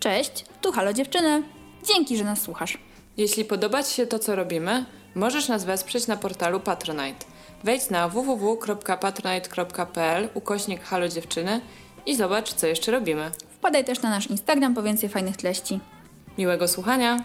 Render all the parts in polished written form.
Cześć, tu Halo Dziewczyny. Dzięki, że nas słuchasz. Jeśli podoba Ci się to, co robimy, możesz nas wesprzeć na portalu Patronite. Wejdź na www.patronite.pl/Halo Dziewczyny i zobacz, co jeszcze robimy. Wpadaj też na nasz Instagram po więcej fajnych treści. Miłego słuchania!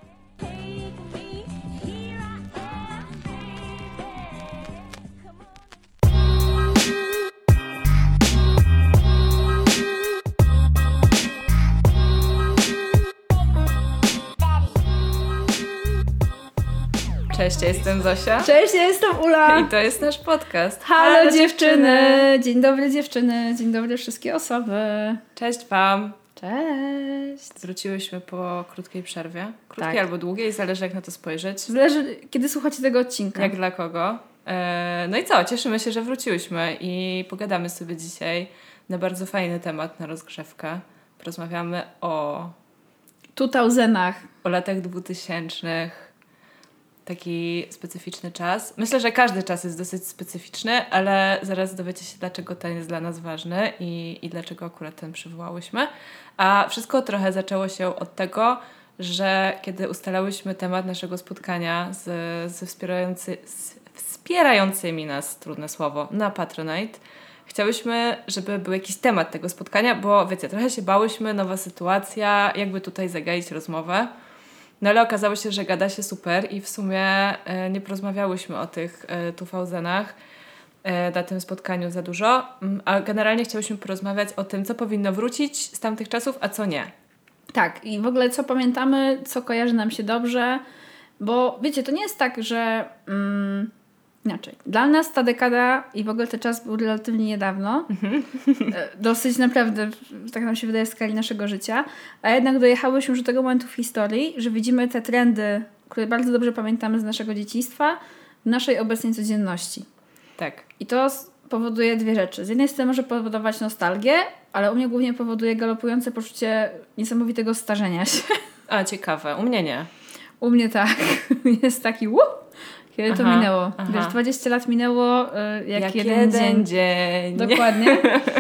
Cześć, ja jestem Zosia. Cześć, ja jestem Ula. I to jest nasz podcast. Halo dziewczyny! Dzień dobry dziewczyny, dzień dobry wszystkie osoby. Cześć Wam. Cześć. Wróciłyśmy po krótkiej przerwie. Krótkiej Tak. albo długiej, zależy jak na to spojrzeć. Zależy, kiedy słuchacie tego odcinka. Jak dla kogo. No i co, cieszymy się, że wróciłyśmy i pogadamy sobie dzisiaj na bardzo fajny temat, na rozgrzewkę. Porozmawiamy o 2000'ach. latach 2000. Taki specyficzny czas. Myślę, że każdy czas jest dosyć specyficzny, ale zaraz dowiecie się, dlaczego ten jest dla nas ważny i dlaczego akurat ten przywołałyśmy. A wszystko trochę zaczęło się od tego, że kiedy ustalałyśmy temat naszego spotkania ze wspierającymi nas, trudne słowo, na Patronite, chciałyśmy, żeby był jakiś temat tego spotkania, bo wiecie, trochę się bałyśmy, nowa sytuacja, jakby tutaj zagaić rozmowę. No ale okazało się, że gada się super i w sumie nie porozmawiałyśmy o tych 2000'ach na tym spotkaniu za dużo, a generalnie chciałyśmy porozmawiać o tym, co powinno wrócić z tamtych czasów, a co nie. Tak, i w ogóle co pamiętamy, co kojarzy nam się dobrze, bo wiecie, to nie jest tak, że inaczej. Dla nas ta dekada i w ogóle ten czas był relatywnie niedawno. Dosyć naprawdę, tak nam się wydaje, w skali naszego życia. A jednak dojechałyśmy już do tego momentu w historii, że widzimy te trendy, które bardzo dobrze pamiętamy z naszego dzieciństwa, w naszej obecnej codzienności. Tak. I to powoduje dwie rzeczy. Z jednej strony może powodować nostalgię, ale u mnie głównie powoduje galopujące poczucie niesamowitego starzenia się. A, ciekawe. U mnie nie. U mnie tak. Jest taki kiedy to minęło? Wiesz, 20 lat minęło jak jeden dzień. Dokładnie.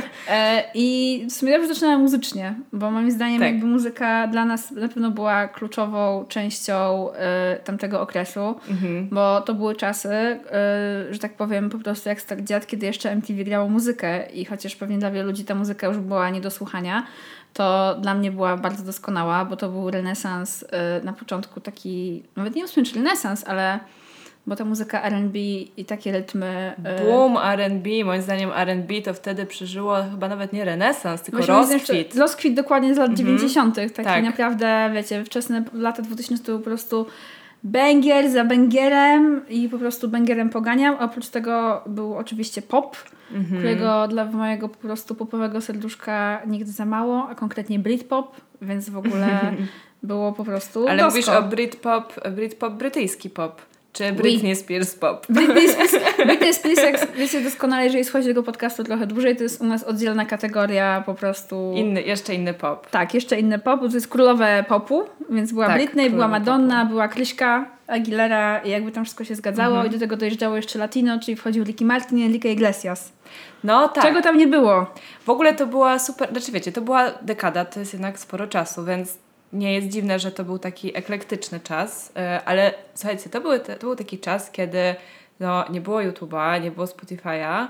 I w sumie dobrze zaczynałam muzycznie, bo moim zdaniem jakby muzyka dla nas na pewno była kluczową częścią tamtego okresu, bo to były czasy, że tak powiem, po prostu jak stary dziad, kiedy jeszcze MTV grało muzykę i chociaż pewnie dla wielu ludzi ta muzyka już była nie do słuchania, to dla mnie była bardzo doskonała, bo to był renesans na początku taki, nawet nie wiem, czy renesans, ale bo ta muzyka R&B i takie rytmy... Boom R&B, moim zdaniem R&B to wtedy przeżyło chyba nawet nie renesans, tylko rozkwit. Rozkwit dokładnie z lat 90. Taki naprawdę, wiecie, wczesne lata 2000 to po prostu banger za bangerem i po prostu bangerem poganiał. A oprócz tego był oczywiście pop, którego dla mojego po prostu popowego serduszka nigdy za mało, a konkretnie Britpop, więc w ogóle było po prostu Ale mówisz o Britpop, brytyjski pop. Czy Britney Spears pop? Britney Spears, jak wiecie doskonale, jeżeli słuchacie tego podcastu trochę dłużej, to jest u nas oddzielna kategoria po prostu... Jeszcze inny pop. Tak, jeszcze inny pop, to jest królowe popu, więc była Britney, była Madonna, popu. Była Kryśka Aguilera i jakby tam wszystko się zgadzało i do tego dojeżdżało jeszcze Latino, czyli wchodził Ricky Martin i Enrique Iglesias. No tak. Czego tam nie było? W ogóle to była super, znaczy wiecie, to była dekada, to jest jednak sporo czasu, więc nie jest dziwne, że to był taki eklektyczny czas, ale słuchajcie, to był taki czas, kiedy nie było YouTube'a, nie było Spotify'a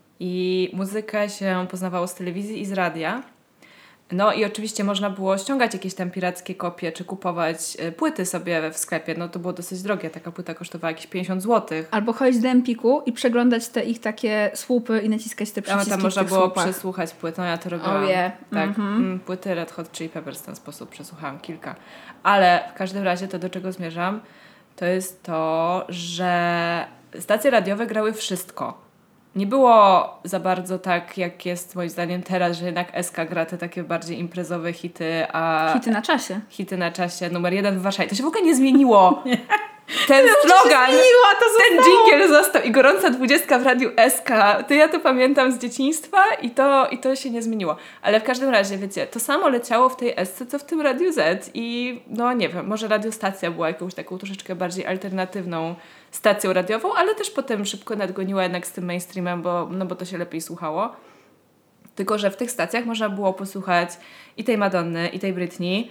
i muzykę się poznawało z telewizji i z radia. No i oczywiście można było ściągać jakieś tam pirackie kopie, czy kupować płyty sobie w sklepie. No to było dosyć drogie, taka płyta kosztowała jakieś 50 zł. Albo chodzić do Empiku i przeglądać te ich takie słupy i naciskać te przyciski. Tam można było przesłuchać płyt, no ja to robiłam. Tak, płyty Red Hot Chili Peppers w ten sposób przesłuchałam kilka. Ale w każdym razie to, do czego zmierzam, to jest to, że stacje radiowe grały wszystko. Nie było za bardzo tak, jak jest moim zdaniem teraz, że jednak SK gra te takie bardziej imprezowe hity, a... Hity na czasie. Hity na czasie, numer 1 w Warszawie. To się w ogóle nie zmieniło. Ten slogan, ten dżingiel został i gorąca 20 w radiu SK. To ja to pamiętam z dzieciństwa i to się nie zmieniło. Ale w każdym razie, wiecie, to samo leciało w tej SC, co w tym Radiu Z i no nie wiem, może radiostacja była jakąś taką troszeczkę bardziej alternatywną stacją radiową, ale też potem szybko nadgoniła jednak z tym mainstreamem, bo to się lepiej słuchało. Tylko że w tych stacjach można było posłuchać i tej Madonny, i tej Britney,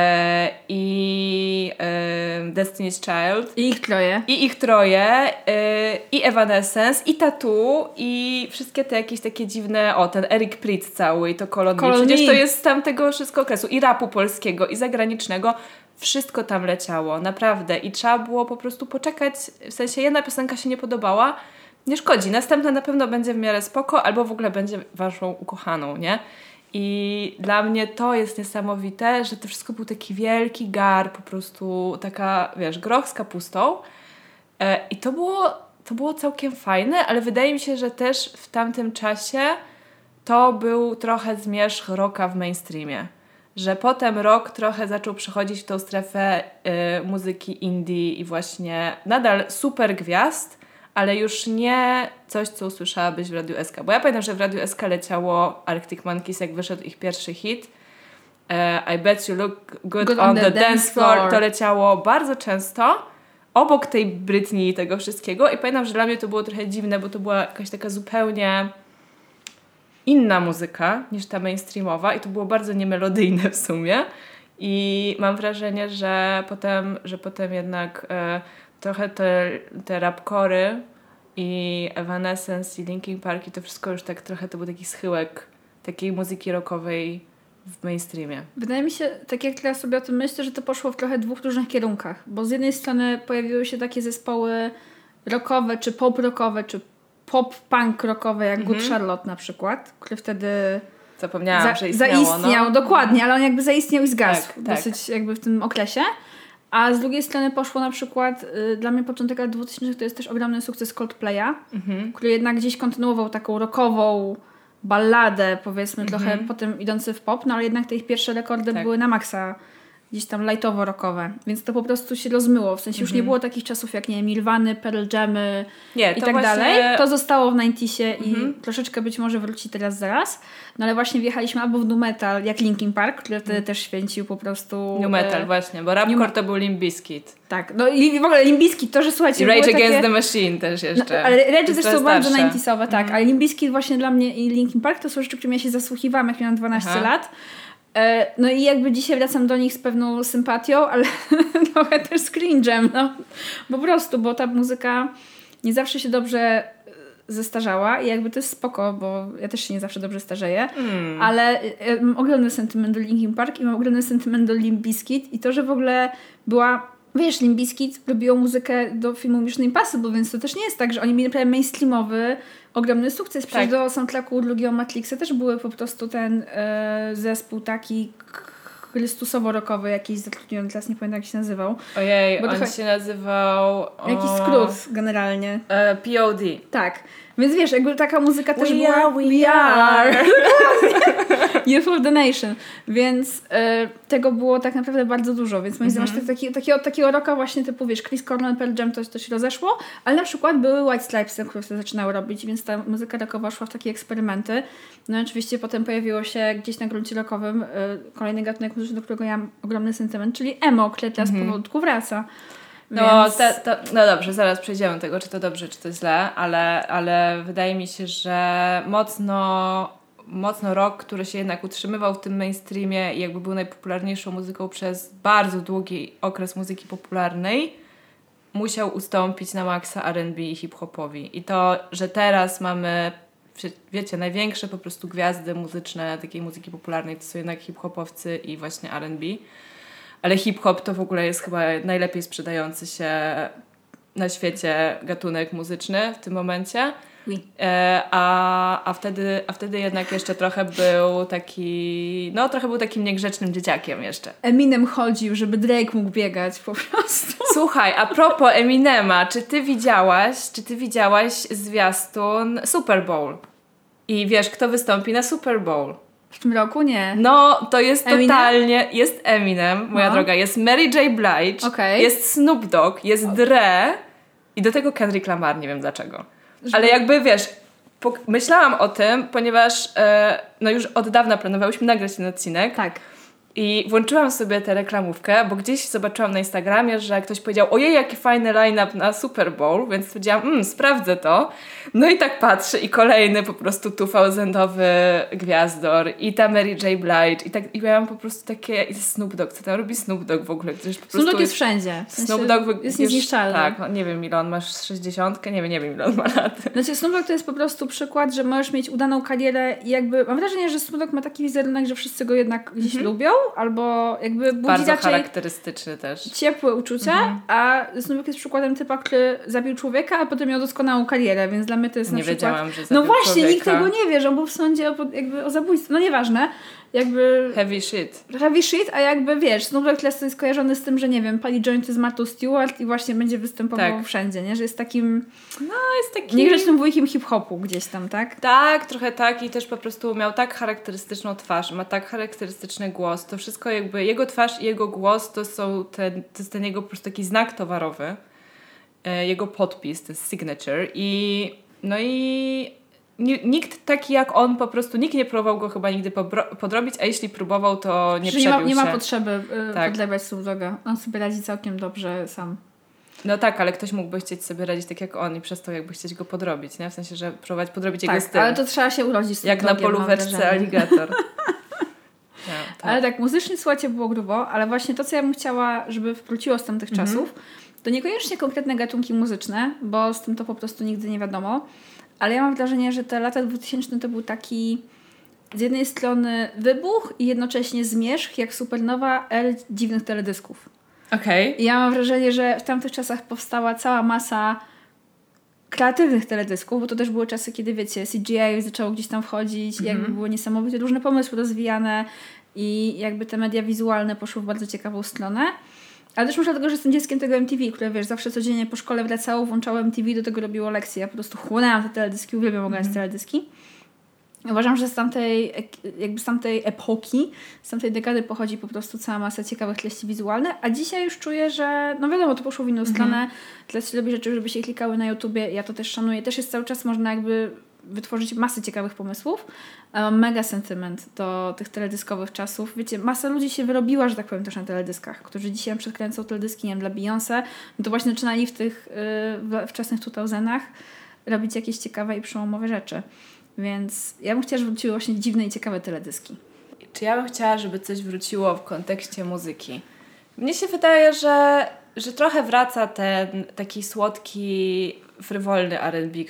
i Destiny's Child. I ich troje. I ich troje, i Evanescence, i Tattoo, i wszystkie te jakieś takie dziwne, ten Eric Prydz cały, i to Kolonii. Przecież to jest z tamtego wszystko okresu. I rapu polskiego, i zagranicznego. Wszystko tam leciało, naprawdę. I trzeba było po prostu poczekać, w sensie jedna piosenka się nie podobała, nie szkodzi. Następna na pewno będzie w miarę spoko, albo w ogóle będzie waszą ukochaną, nie? I dla mnie to jest niesamowite, że to wszystko był taki wielki gar, po prostu taka, wiesz, groch z kapustą. I to było całkiem fajne, ale wydaje mi się, że też w tamtym czasie to był trochę zmierzch rocka w mainstreamie. Że potem rock trochę zaczął przechodzić w tą strefę muzyki indie i właśnie nadal super gwiazd, ale już nie coś, co usłyszałabyś w Radiu SK. Bo ja pamiętam, że w Radiu SK leciało Arctic Monkeys, jak wyszedł ich pierwszy hit. I bet you look good on the dance floor. To leciało bardzo często, obok tej Britney i tego wszystkiego. I pamiętam, że dla mnie to było trochę dziwne, bo to była jakaś taka zupełnie inna muzyka niż ta mainstreamowa i to było bardzo niemelodyjne w sumie. I mam wrażenie, że potem jednak trochę te rapcory i Evanescence i Linkin Park i to wszystko już tak trochę to był taki schyłek takiej muzyki rockowej w mainstreamie. Wydaje mi się, tak jak teraz sobie o tym myślę, że to poszło w trochę dwóch różnych kierunkach, bo z jednej strony pojawiły się takie zespoły rockowe, czy pop-rockowe, czy pop-punk rockowe, jak Good Charlotte na przykład, który wtedy zapomniałam, że zaistniał, dokładnie, ale on jakby zaistniał i zgasł tak. dosyć jakby w tym okresie. A z drugiej strony poszło na przykład, dla mnie początek lat 2000 to jest też ogromny sukces Coldplaya, który jednak gdzieś kontynuował taką rockową balladę, powiedzmy trochę potem idący w pop, no ale jednak te ich pierwsze rekordy były na maksa gdzieś tam lightowo-rockowe, więc to po prostu się rozmyło, w sensie już nie było takich czasów jak, nie wiem, Nirvany, Pearl Jammy i tak właśnie dalej. To zostało w 90'sie i troszeczkę być może wróci teraz zaraz, no ale właśnie wjechaliśmy albo w nu metal, jak Linkin Park, który wtedy też święcił po prostu... Nu metal właśnie, bo rapcore to był Limp Bizkit. Tak, no i w ogóle Limp Bizkit, to, że słuchajcie... I Rage Against the Machine też jeszcze. No, ale Rage też są bardzo 90'sowe, tak, ale Limp Bizkit właśnie dla mnie i Linkin Park to są rzeczy, którym ja się zasłuchiwałam, jak miałam 12 lat. No i jakby dzisiaj wracam do nich z pewną sympatią, ale trochę też z cringe'em, no. Po prostu, bo ta muzyka nie zawsze się dobrze zestarzała i jakby to jest spoko, bo ja też się nie zawsze dobrze starzeję, ale mam ogromny sentyment do Linkin Park i mam ogromny sentyment do Limp Bizkit i to, że w ogóle była... Wiesz, Limp Bizkit robiło muzykę do filmu Mission Impossible, więc to też nie jest tak, że oni mieli prawie mainstreamowy, ogromny sukces. Przecież do soundtracku drugiego Matrixa też były po prostu ten zespół taki chrystusowo-rockowy jakiś zatrudniony, teraz nie pamiętam jak się nazywał. Ojej, on się nazywał... Jakiś skrót generalnie. POD. Tak. Więc wiesz, jakby taka muzyka też była... We are. Youth of the Nation. Więc tego było tak naprawdę bardzo dużo. Więc moim zdaniem takiego rocka właśnie typu, wiesz, Chris Cornell, Pearl Jam to się rozeszło, ale na przykład były White Stripes, które się zaczynały robić, więc ta muzyka rockowa szła w takie eksperymenty. No i oczywiście potem pojawiło się gdzieś na gruncie rockowym kolejny gatunek muzyczny, do którego ja mam ogromny sentyment, czyli emo, który teraz powolutku wraca. No, no dobrze, zaraz przejdziemy do tego, czy to dobrze, czy to źle, ale wydaje mi się, że mocno rock, który się jednak utrzymywał w tym mainstreamie i jakby był najpopularniejszą muzyką przez bardzo długi okres muzyki popularnej, musiał ustąpić na maksa R&B i hip-hopowi. I to, że teraz mamy, wiecie, największe po prostu gwiazdy muzyczne takiej muzyki popularnej to są jednak hip-hopowcy i właśnie R&B. Ale hip-hop to w ogóle jest chyba najlepiej sprzedający się na świecie gatunek muzyczny w tym momencie. Oui. A wtedy jednak jeszcze trochę był takim niegrzecznym dzieciakiem jeszcze. Eminem chodził, żeby Drake mógł biegać po prostu. Słuchaj, a propos Eminema, czy ty widziałaś zwiastun Super Bowl? I wiesz, kto wystąpi na Super Bowl? W tym roku nie. No, to jest totalnie... Jest Eminem, moja droga, jest Mary J. Blige, jest Snoop Dogg, jest Dre i do tego Kendrick Lamar, nie wiem dlaczego. Ale jakby, wiesz, myślałam o tym, ponieważ już od dawna planowałyśmy nagrać ten odcinek. Tak. I włączyłam sobie tę reklamówkę, bo gdzieś zobaczyłam na Instagramie, że ktoś powiedział, ojej, jaki fajny line-up na Super Bowl, więc powiedziałam, sprawdzę to. No i tak patrzę i kolejny po prostu 2000-owy gwiazdor i ta Mary J. Blige i miałam po prostu takie, i Snoop Dogg, co tam robi Snoop Dogg w ogóle? Po Snoop Dogg jest wszędzie. W sensie Snoop Dogg jest niezniszczalny. Tak, no, nie wiem ile on masz 60, nie wiem ile on ma lat. Znaczy Snoop Dogg to jest po prostu przykład, że możesz mieć udaną karierę i jakby mam wrażenie, że Snoop Dogg ma taki wizerunek, że wszyscy go jednak gdzieś lubią, albo jakby budzi bardzo raczej charakterystyczny też. Ciepłe uczucia, a Snoop Dogg jest przykładem typa, który zabił człowieka, a potem miał doskonałą karierę, więc dla mnie to jest nie na przykład... wiedziałam, że zabił No właśnie, człowieka. nikt tego nie wie, że on był w sądzie o zabójstwie. No nieważne. Jakby... Heavy shit. Heavy shit, a jakby wiesz, Snoop Dogg jest skojarzony z tym, że nie wiem, pali jointy z Martą Stewart i właśnie będzie występował wszędzie, nie? Że jest takim... No, jest taki... niegrzecznym wujkiem hip-hopu gdzieś tam, tak? Tak, trochę tak i też po prostu miał tak charakterystyczną twarz, ma tak charakterystyczny głos. To wszystko jakby, jego twarz i jego głos to jest ten jego po prostu taki znak towarowy. Jego podpis, ten signature i nikt taki jak on po prostu, nikt nie próbował go chyba nigdy podrobić, a jeśli próbował, to nie przebił się. Nie ma potrzeby podlewać Snoop Dogga. On sobie radzi całkiem dobrze sam. No tak, ale ktoś mógłby chcieć sobie radzić tak jak on i przez to jakby chcieć go podrobić, nie? W sensie, że próbować podrobić jego styl. Ale to trzeba się urodzić z jak na polóweczce aligator. Tak. Ale tak, muzycznie słuchajcie było grubo, ale właśnie to, co ja bym chciała, żeby wróciło z tamtych czasów, to niekoniecznie konkretne gatunki muzyczne, bo z tym to po prostu nigdy nie wiadomo, ale ja mam wrażenie, że te lata 2000 to był taki z jednej strony wybuch i jednocześnie zmierzch, jak supernowa dziwnych teledysków. Okej. I ja mam wrażenie, że w tamtych czasach powstała cała masa kreatywnych teledysków, bo to też były czasy, kiedy wiecie, CGI zaczęło gdzieś tam wchodzić, jakby były niesamowite różne pomysły rozwijane i jakby te media wizualne poszły w bardzo ciekawą stronę. Ale też może dlatego, że jestem dzieckiem tego MTV, które wiesz, zawsze codziennie po szkole wracało, włączało MTV, do tego robiło lekcje. Ja po prostu chłonęłam te teledyski, uwielbiam oglądać teledyski. Uważam, że z tamtej epoki, z tamtej dekady pochodzi po prostu cała masa ciekawych treści wizualnych, a dzisiaj już czuję, że no wiadomo, to poszło w inną stronę. Teraz się robi rzeczy, żeby się klikały na YouTubie, ja to też szanuję. Też jest cały czas można jakby wytworzyć masę ciekawych pomysłów. Mam mega sentyment do tych teledyskowych czasów. Wiecie, masa ludzi się wyrobiła, że tak powiem, też na teledyskach, którzy dzisiaj przedkręcą teledyski, nie wiem, dla Beyoncé. No to właśnie zaczynali w tych wczesnych 2000-ach robić jakieś ciekawe i przełomowe rzeczy. Więc ja bym chciała, żeby wróciły właśnie dziwne i ciekawe teledyski. Czy ja bym chciała, żeby coś wróciło w kontekście muzyki? Mnie się wydaje, że trochę wraca ten taki słodki, frywolny R&B,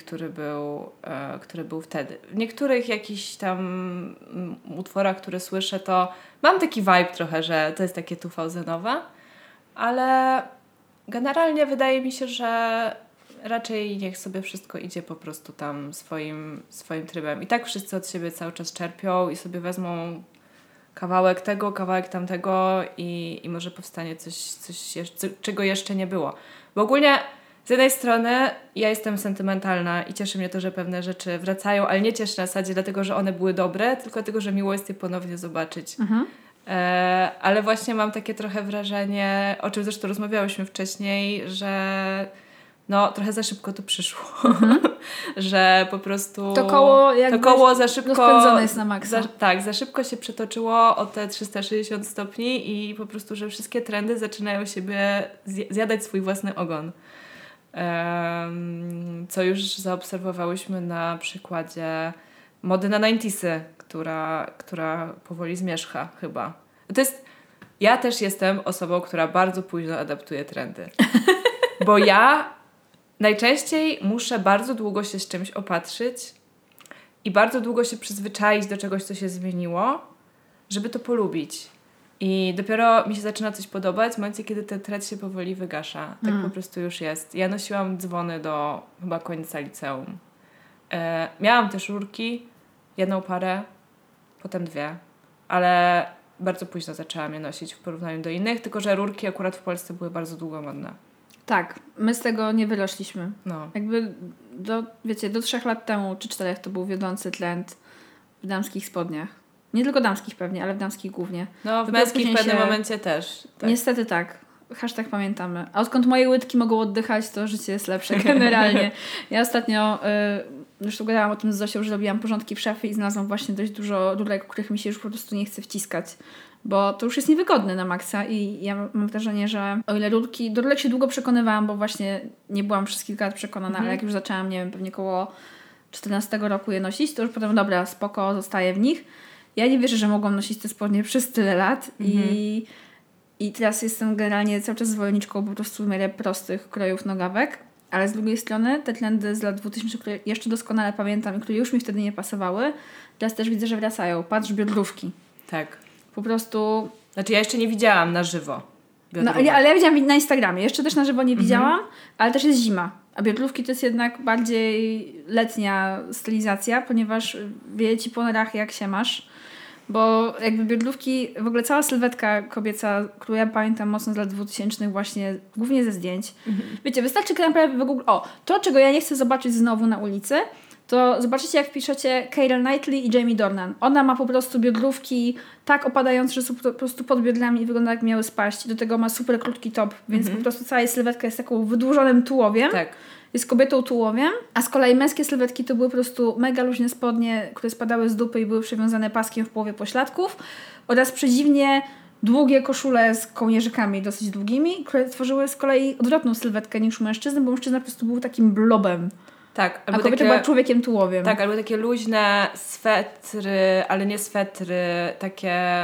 który był wtedy. W niektórych jakichś tam utworach, które słyszę, to mam taki vibe trochę, że to jest takie 2000-owe, ale generalnie wydaje mi się, że raczej niech sobie wszystko idzie po prostu tam swoim trybem. I tak wszyscy od siebie cały czas czerpią i sobie wezmą kawałek tego, kawałek tamtego i może powstanie coś czego jeszcze nie było. Bo ogólnie z jednej strony ja jestem sentymentalna i cieszy mnie to, że pewne rzeczy wracają, ale nie cieszy na zasadzie dlatego, że one były dobre, tylko dlatego, że miło jest je ponownie zobaczyć. Ale właśnie mam takie trochę wrażenie, o czym zresztą rozmawiałyśmy wcześniej, że no trochę za szybko to przyszło. Że po prostu to koło za szybko rozpędzone jest na maksa. Za szybko się przetoczyło o te 360 stopni i po prostu, że wszystkie trendy zaczynają siebie zjadać swój własny ogon. Co już zaobserwowałyśmy na przykładzie mody na 90'sy, która powoli zmierzcha chyba. Ja też jestem osobą, która bardzo późno adaptuje trendy. Bo ja najczęściej muszę bardzo długo się z czymś opatrzyć i bardzo długo się przyzwyczaić do czegoś, co się zmieniło, żeby to polubić. I dopiero mi się zaczyna coś podobać w momencie, kiedy ten trend się powoli wygasza. Tak po prostu już jest. Ja nosiłam dzwony do chyba końca liceum. Miałam też rurki, jedną parę, potem dwie, ale bardzo późno zaczęłam je nosić w porównaniu do innych, tylko że rurki akurat w Polsce były bardzo długo modne. Tak, my z tego nie wyrośliśmy. No. Jakby do 3 lat temu, czy 4 to był wiodący trend w damskich spodniach. Nie tylko damskich pewnie, ale w damskich głównie. No, w męskich w pewnym momencie też. Tak. Niestety tak. #pamiętamy. A odkąd moje łydki mogą oddychać, to życie jest lepsze generalnie. Ja ostatnio zresztą gadałam o tym z Zosią, że robiłam porządki w szafie i znalazłam właśnie dość dużo rurek, których mi się już po prostu nie chce wciskać. Bo to już jest niewygodne na maksa i ja mam wrażenie, że o ile do rurek się długo przekonywałam, bo właśnie nie byłam przez kilka lat przekonana, ale jak już zaczęłam, nie wiem, pewnie koło 14 roku je nosić, to już potem dobra, spoko, zostaję w nich. Ja nie wierzę, że mogłam nosić te spodnie przez tyle lat i teraz jestem generalnie cały czas zwolenniczką po prostu w miarę prostych krojów nogawek, ale z drugiej strony te trendy z lat 2000, które jeszcze doskonale pamiętam i które już mi wtedy nie pasowały, teraz też widzę, że wracają. Patrz, biodrówki. Tak. Po prostu... Znaczy ja jeszcze nie widziałam na żywo biodrówek. No, ale ja widziałam na Instagramie. Jeszcze też na żywo nie widziałam, ale też jest zima. A biodrówki to jest jednak bardziej letnia stylizacja, ponieważ wieje ci po norach, jak się masz. Bo jakby biodrówki, w ogóle cała sylwetka kobieca, którą ja pamiętam mocno z lat 2000 właśnie, głównie ze zdjęć. Wiecie, wystarczy naprawdę w Google... to czego ja nie chcę zobaczyć znowu na ulicy, to zobaczycie, jak wpiszecie Keira Knightley i Jamie Dornan. Ona ma po prostu biodrówki tak opadające, że są po prostu pod biodrami i wygląda jak miały spaść. Do tego ma super krótki top, więc po prostu cała jej sylwetka jest taką wydłużonym tułowiem. Tak. Jest kobietą tułowiem, a z kolei męskie sylwetki to były po prostu mega luźne spodnie, które spadały z dupy i były przewiązane paskiem w połowie pośladków oraz przedziwnie długie koszule z kołnierzykami dosyć długimi, które tworzyły z kolei odwrotną sylwetkę niż mężczyzn, bo mężczyzna po prostu był takim blobem. Tak, a kobieta była człowiekiem tułowiem. Tak, albo takie luźne swetry, ale nie swetry, takie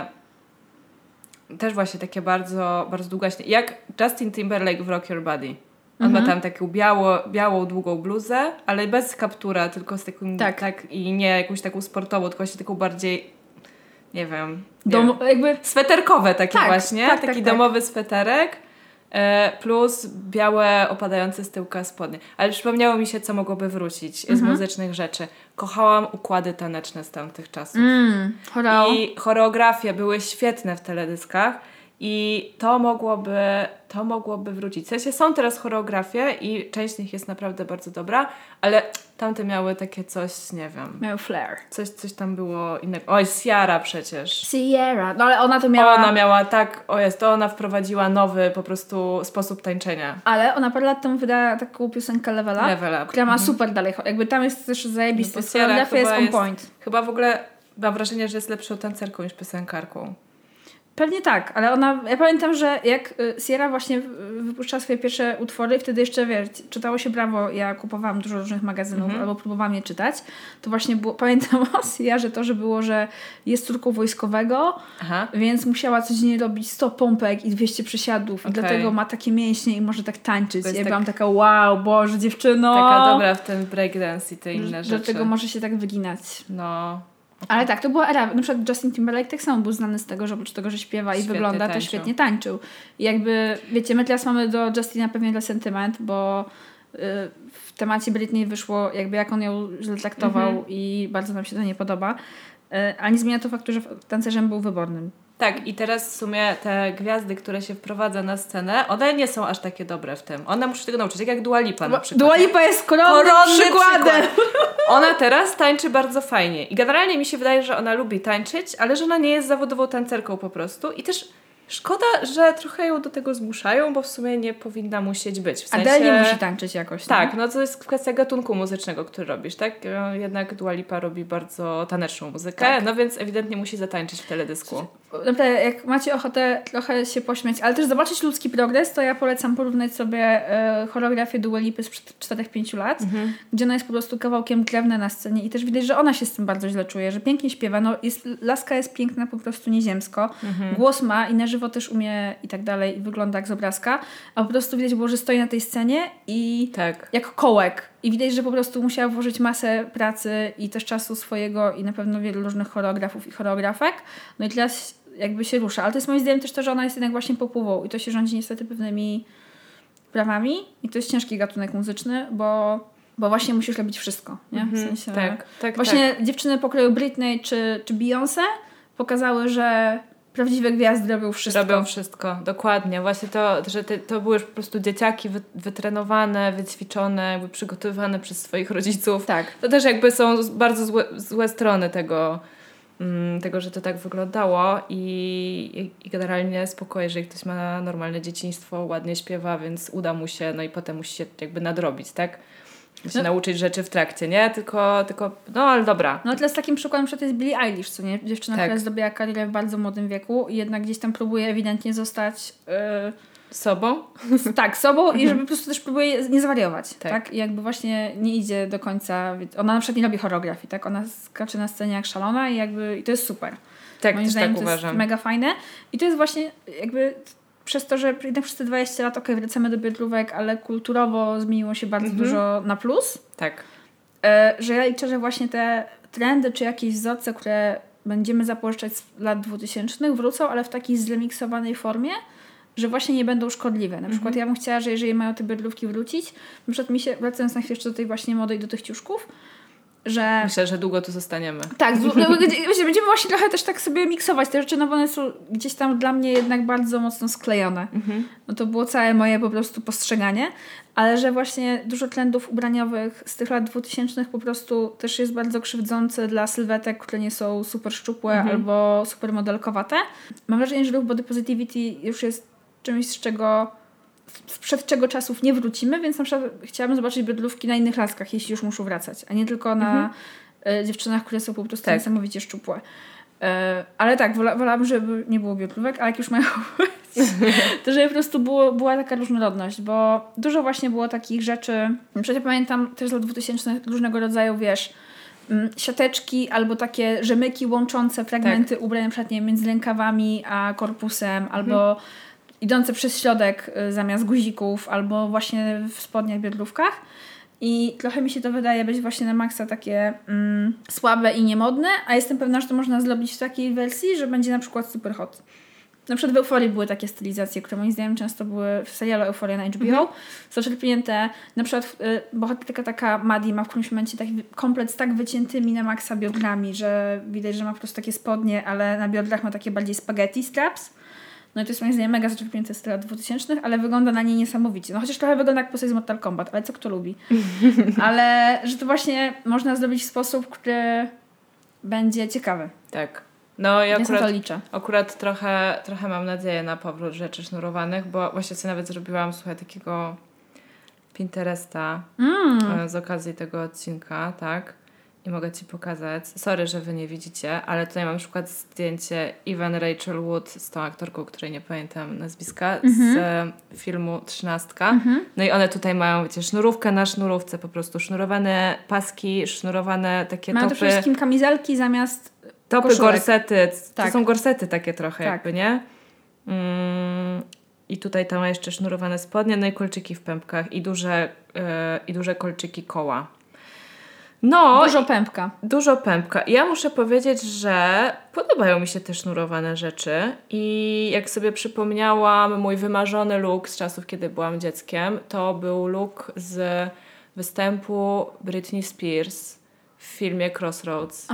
też właśnie takie bardzo, bardzo długaśne. Jak Justin Timberlake w Rock Your Body. On ma tam taką białą, długą bluzę, ale bez kaptura, tylko z taką tak i nie jakąś taką sportową, tylko właśnie taką bardziej, nie wiem, jakby sweterkowe takie właśnie, taki domowy sweterek. Plus białe, opadające z tyłka spodnie. Ale przypomniało mi się, co mogłoby wrócić z muzycznych rzeczy. Kochałam układy taneczne z tamtych czasów. I choreografie były świetne w teledyskach. I to mogłoby wrócić. W sensie są teraz choreografie i część z nich jest naprawdę bardzo dobra, ale tamte miały takie coś, nie wiem. Miały flair. Coś tam było innego. Oj, Ciara przecież. Ciara. No ale ona to miała... Ona miała to ona wprowadziła nowy po prostu sposób tańczenia. Ale ona parę lat temu wydała taką piosenkę Level Up, która ma super dalej. Jakby tam jest też zajebiste. No choreografia jest on point. Chyba w ogóle mam wrażenie, że jest lepszą tancerką niż piosenkarką. Pewnie tak, ale ja pamiętam, że jak Ciara właśnie wypuszczała swoje pierwsze utwory, wtedy jeszcze, czytało się Brawo, ja kupowałam dużo różnych magazynów albo próbowałam je czytać, to właśnie pamiętam o Ciarze to, że było, że jest córką wojskowego, więc musiała codziennie robić 100 pompek i 200 przysiadów i dlatego ma takie mięśnie i może tak tańczyć. Ja byłam taka, wow, Boże, dziewczyno! Taka dobra w ten breakdance i te inne rzeczy. Dlatego może się tak wyginać. No... Ale tak, to była era. Na przykład Justin Timberlake tak samo był znany z tego, że oprócz tego, że śpiewa i wygląda, to świetnie tańczył. I jakby, wiecie, my teraz mamy do Justina pewnie sentyment, bo w temacie Britney wyszło jakby jak on ją źle traktował i bardzo nam się to nie podoba. Ale nie zmienia to faktu, że tancerzem był wybornym. Tak, i teraz w sumie te gwiazdy, które się wprowadza na scenę, one nie są aż takie dobre w tym. One muszą się tego nauczyć, tak jak Dua Lipa na przykład. Dua Lipa jest koronnym przykładem. Ona teraz tańczy bardzo fajnie i generalnie mi się wydaje, że ona lubi tańczyć, ale że ona nie jest zawodową tancerką po prostu i też szkoda, że trochę ją do tego zmuszają, bo w sumie nie powinna musieć być. W sensie... Adele nie musi tańczyć jakoś. Tak, no to jest kwestia gatunku muzycznego, który robisz, tak? Jednak Dua Lipa robi bardzo taneczną muzykę, no więc ewidentnie musi zatańczyć w teledysku. Naprawdę, jak macie ochotę trochę się pośmiać, ale też zobaczyć ludzki progres, to ja polecam porównać sobie choreografię Dua Lipy sprzed 4-5 lat, gdzie ona jest po prostu kawałkiem drewna na scenie i też widać, że ona się z tym bardzo źle czuje, że pięknie śpiewa. No laska jest piękna po prostu nieziemsko. Głos ma i na żywo też umie i tak dalej i wygląda jak z obrazka, a po prostu widać było, że stoi na tej scenie i jak kołek. I widać, że po prostu musiała włożyć masę pracy i też czasu swojego i na pewno wielu różnych choreografów i choreografek. No i teraz jakby się rusza. Ale to jest moim zdaniem też to, że ona jest jednak właśnie popływą i to się rządzi niestety pewnymi prawami i to jest ciężki gatunek muzyczny, bo właśnie musisz robić wszystko. Nie? W sensie, właśnie dziewczyny pokroju Britney czy Beyoncé pokazały, że prawdziwe gwiazdy robią wszystko. Robią wszystko, dokładnie. Właśnie to, że to były po prostu dzieciaki wytrenowane, wyćwiczone, jakby przygotowywane przez swoich rodziców. Tak. To też jakby są bardzo złe strony tego, że to tak wyglądało i generalnie spoko, jeżeli ktoś ma normalne dzieciństwo, ładnie śpiewa, więc uda mu się, no i potem musi się jakby nadrobić, tak? się nauczyć rzeczy w trakcie, nie? Tylko, no ale dobra. No teraz takim przykładem to jest Billie Eilish, co nie? Dziewczyna, która zdobyła karierę w bardzo młodym wieku i jednak gdzieś tam próbuje ewidentnie zostać... Sobą? Tak, sobą i żeby po prostu też próbuje nie zwariować, tak? I jakby właśnie nie idzie do końca... Ona na przykład nie robi choreografii, tak? Ona skacze na scenie jak szalona i to jest super. Tak, moim też zdaniem tak to uważam. jest mega fajne. I to jest właśnie jakby przez to, że jednak przez te 20 lat wracamy do biodrówek, ale kulturowo zmieniło się bardzo dużo na plus. Tak. Że ja liczę, że właśnie te trendy czy jakieś wzorce, które będziemy zapożyczać z lat 2000 wrócą, ale w takiej zremiksowanej formie, że właśnie nie będą szkodliwe. Na przykład ja bym chciała, że jeżeli mają te biodrówki wrócić, na przykład mi się, wracając na chwilę jeszcze do tej właśnie mody i do tych ciuszków, że... Myślę, że długo tu zostaniemy. Tak, będziemy właśnie trochę też tak sobie miksować te rzeczy, no bo one są gdzieś tam dla mnie jednak bardzo mocno sklejone. No to było całe moje po prostu postrzeganie, ale że właśnie dużo trendów ubraniowych z tych lat 2000 po prostu też jest bardzo krzywdzące dla sylwetek, które nie są super szczupłe albo super modelkowate. Mam wrażenie, że ruch body positivity już jest czymś, sprzed czego czasów nie wrócimy, więc na przykład chciałabym zobaczyć biodrówki na innych laskach, jeśli już muszą wracać, a nie tylko na dziewczynach, które są po prostu niesamowicie szczupłe. Ale tak, wolałabym, żeby nie było biodrówek, ale jak już mają to żeby po prostu była taka różnorodność, bo dużo właśnie było takich rzeczy, przecież pamiętam też z lat 2000 różnego rodzaju, siateczki albo takie rzemyki łączące fragmenty ubrań, na przykład nie wiem, między rękawami a korpusem, albo idące przez środek zamiast guzików, albo właśnie w spodniach, biodrówkach. I trochę mi się to wydaje być właśnie na maksa takie słabe i niemodne, a jestem pewna, że to można zrobić w takiej wersji, że będzie na przykład super hot. Na przykład w Euforii były takie stylizacje, które moim zdaniem często były w serialu Euforia na HBO. Są czerpnięte, na przykład bohaterka taka Maddie ma w którymś momencie taki komplet z tak wyciętymi na maksa biodrami, że widać, że ma po prostu takie spodnie, ale na biodrach ma takie bardziej spaghetti straps. No i to jest moim zdaniem mega zaczerpnięte z lat 2000, ale wygląda na niej niesamowicie. No chociaż trochę wygląda jak postać z Mortal Kombat, ale co kto lubi. Ale że to właśnie można zrobić w sposób, który będzie ciekawy. Tak. No i akurat trochę mam nadzieję na powrót rzeczy sznurowanych, bo właśnie sobie nawet zrobiłam, takiego Pinteresta z okazji tego odcinka, tak? I mogę Ci pokazać. Sorry, że Wy nie widzicie, ale tutaj mam na przykład zdjęcie Evan Rachel Wood z tą aktorką, której nie pamiętam nazwiska, z filmu 13. No i one tutaj mają, wiecie, sznurówkę na sznurówce, po prostu sznurowane paski, sznurowane takie topy. Mają przede wszystkim kamizelki zamiast topy, koszulek. Gorsety. To są gorsety takie trochę jakby, nie? I tutaj tam ma jeszcze sznurowane spodnie, no i kolczyki w pępkach i duże kolczyki koła. No, Dużo pępka. I ja muszę powiedzieć, że podobają mi się te sznurowane rzeczy i jak sobie przypomniałam mój wymarzony look z czasów, kiedy byłam dzieckiem, to był look z występu Britney Spears w filmie Crossroads.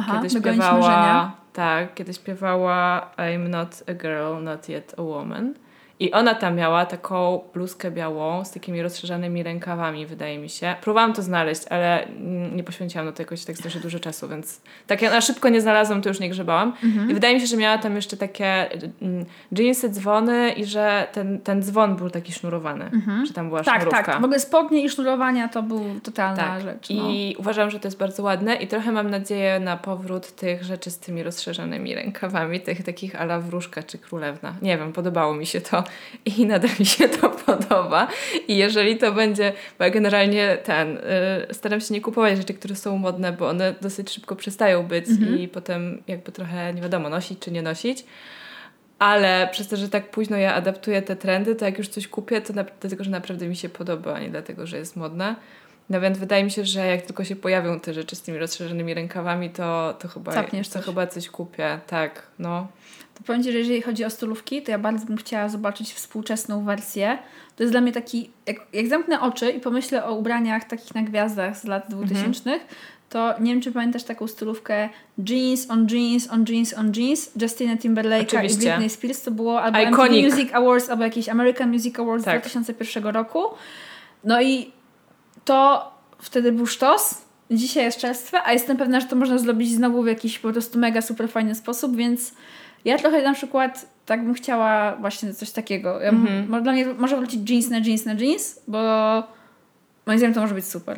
Kiedy śpiewała I'm not a girl, not yet a woman. I ona tam miała taką bluzkę białą z takimi rozszerzanymi rękawami, wydaje mi się. Próbowałam to znaleźć, ale nie poświęciłam na to jakoś tak strasznie dużo czasu, więc tak ja na szybko nie znalazłam, to już nie grzebałam. I wydaje mi się, że miała tam jeszcze takie dżinsy, dzwony i że ten dzwon był taki sznurowany. Że tam była sznurówka. Tak. W ogóle spodnie i sznurowania to był totalna rzecz. No. I uważam, że to jest bardzo ładne i trochę mam nadzieję na powrót tych rzeczy z tymi rozszerzonymi rękawami, tych takich a la wróżka czy królewna. Nie wiem, podobało mi się to. I nadal mi się to podoba. I jeżeli to będzie, bo ja generalnie staram się nie kupować rzeczy, które są modne, bo one dosyć szybko przestają być i potem jakby trochę nie wiadomo nosić czy nie nosić. Ale przez to, że tak późno ja adaptuję te trendy, to jak już coś kupię, to dlatego, że naprawdę mi się podoba, a nie dlatego, że jest modne. No więc wydaje mi się, że jak tylko się pojawią te rzeczy z tymi rozszerzonymi rękawami, to chyba coś kupię. Tak, no. To powiem Ci, że jeżeli chodzi o stylówki, to ja bardzo bym chciała zobaczyć współczesną wersję. To jest dla mnie taki, jak zamknę oczy i pomyślę o ubraniach takich na gwiazdach z lat 2000, to nie wiem, czy pamiętasz taką stylówkę jeans on jeans on jeans on jeans Justina Timberlake'a i Britney Spears. To było albo MTV Music Awards, albo jakiś American Music Awards z 2001 roku. No i to wtedy był sztos. Dzisiaj jest czerstwe, a jestem pewna, że to można zrobić znowu w jakiś po prostu mega super fajny sposób, więc ja trochę na przykład tak bym chciała właśnie coś takiego. Dla mnie może wrócić jeans na jeans, bo moim zdaniem to może być super.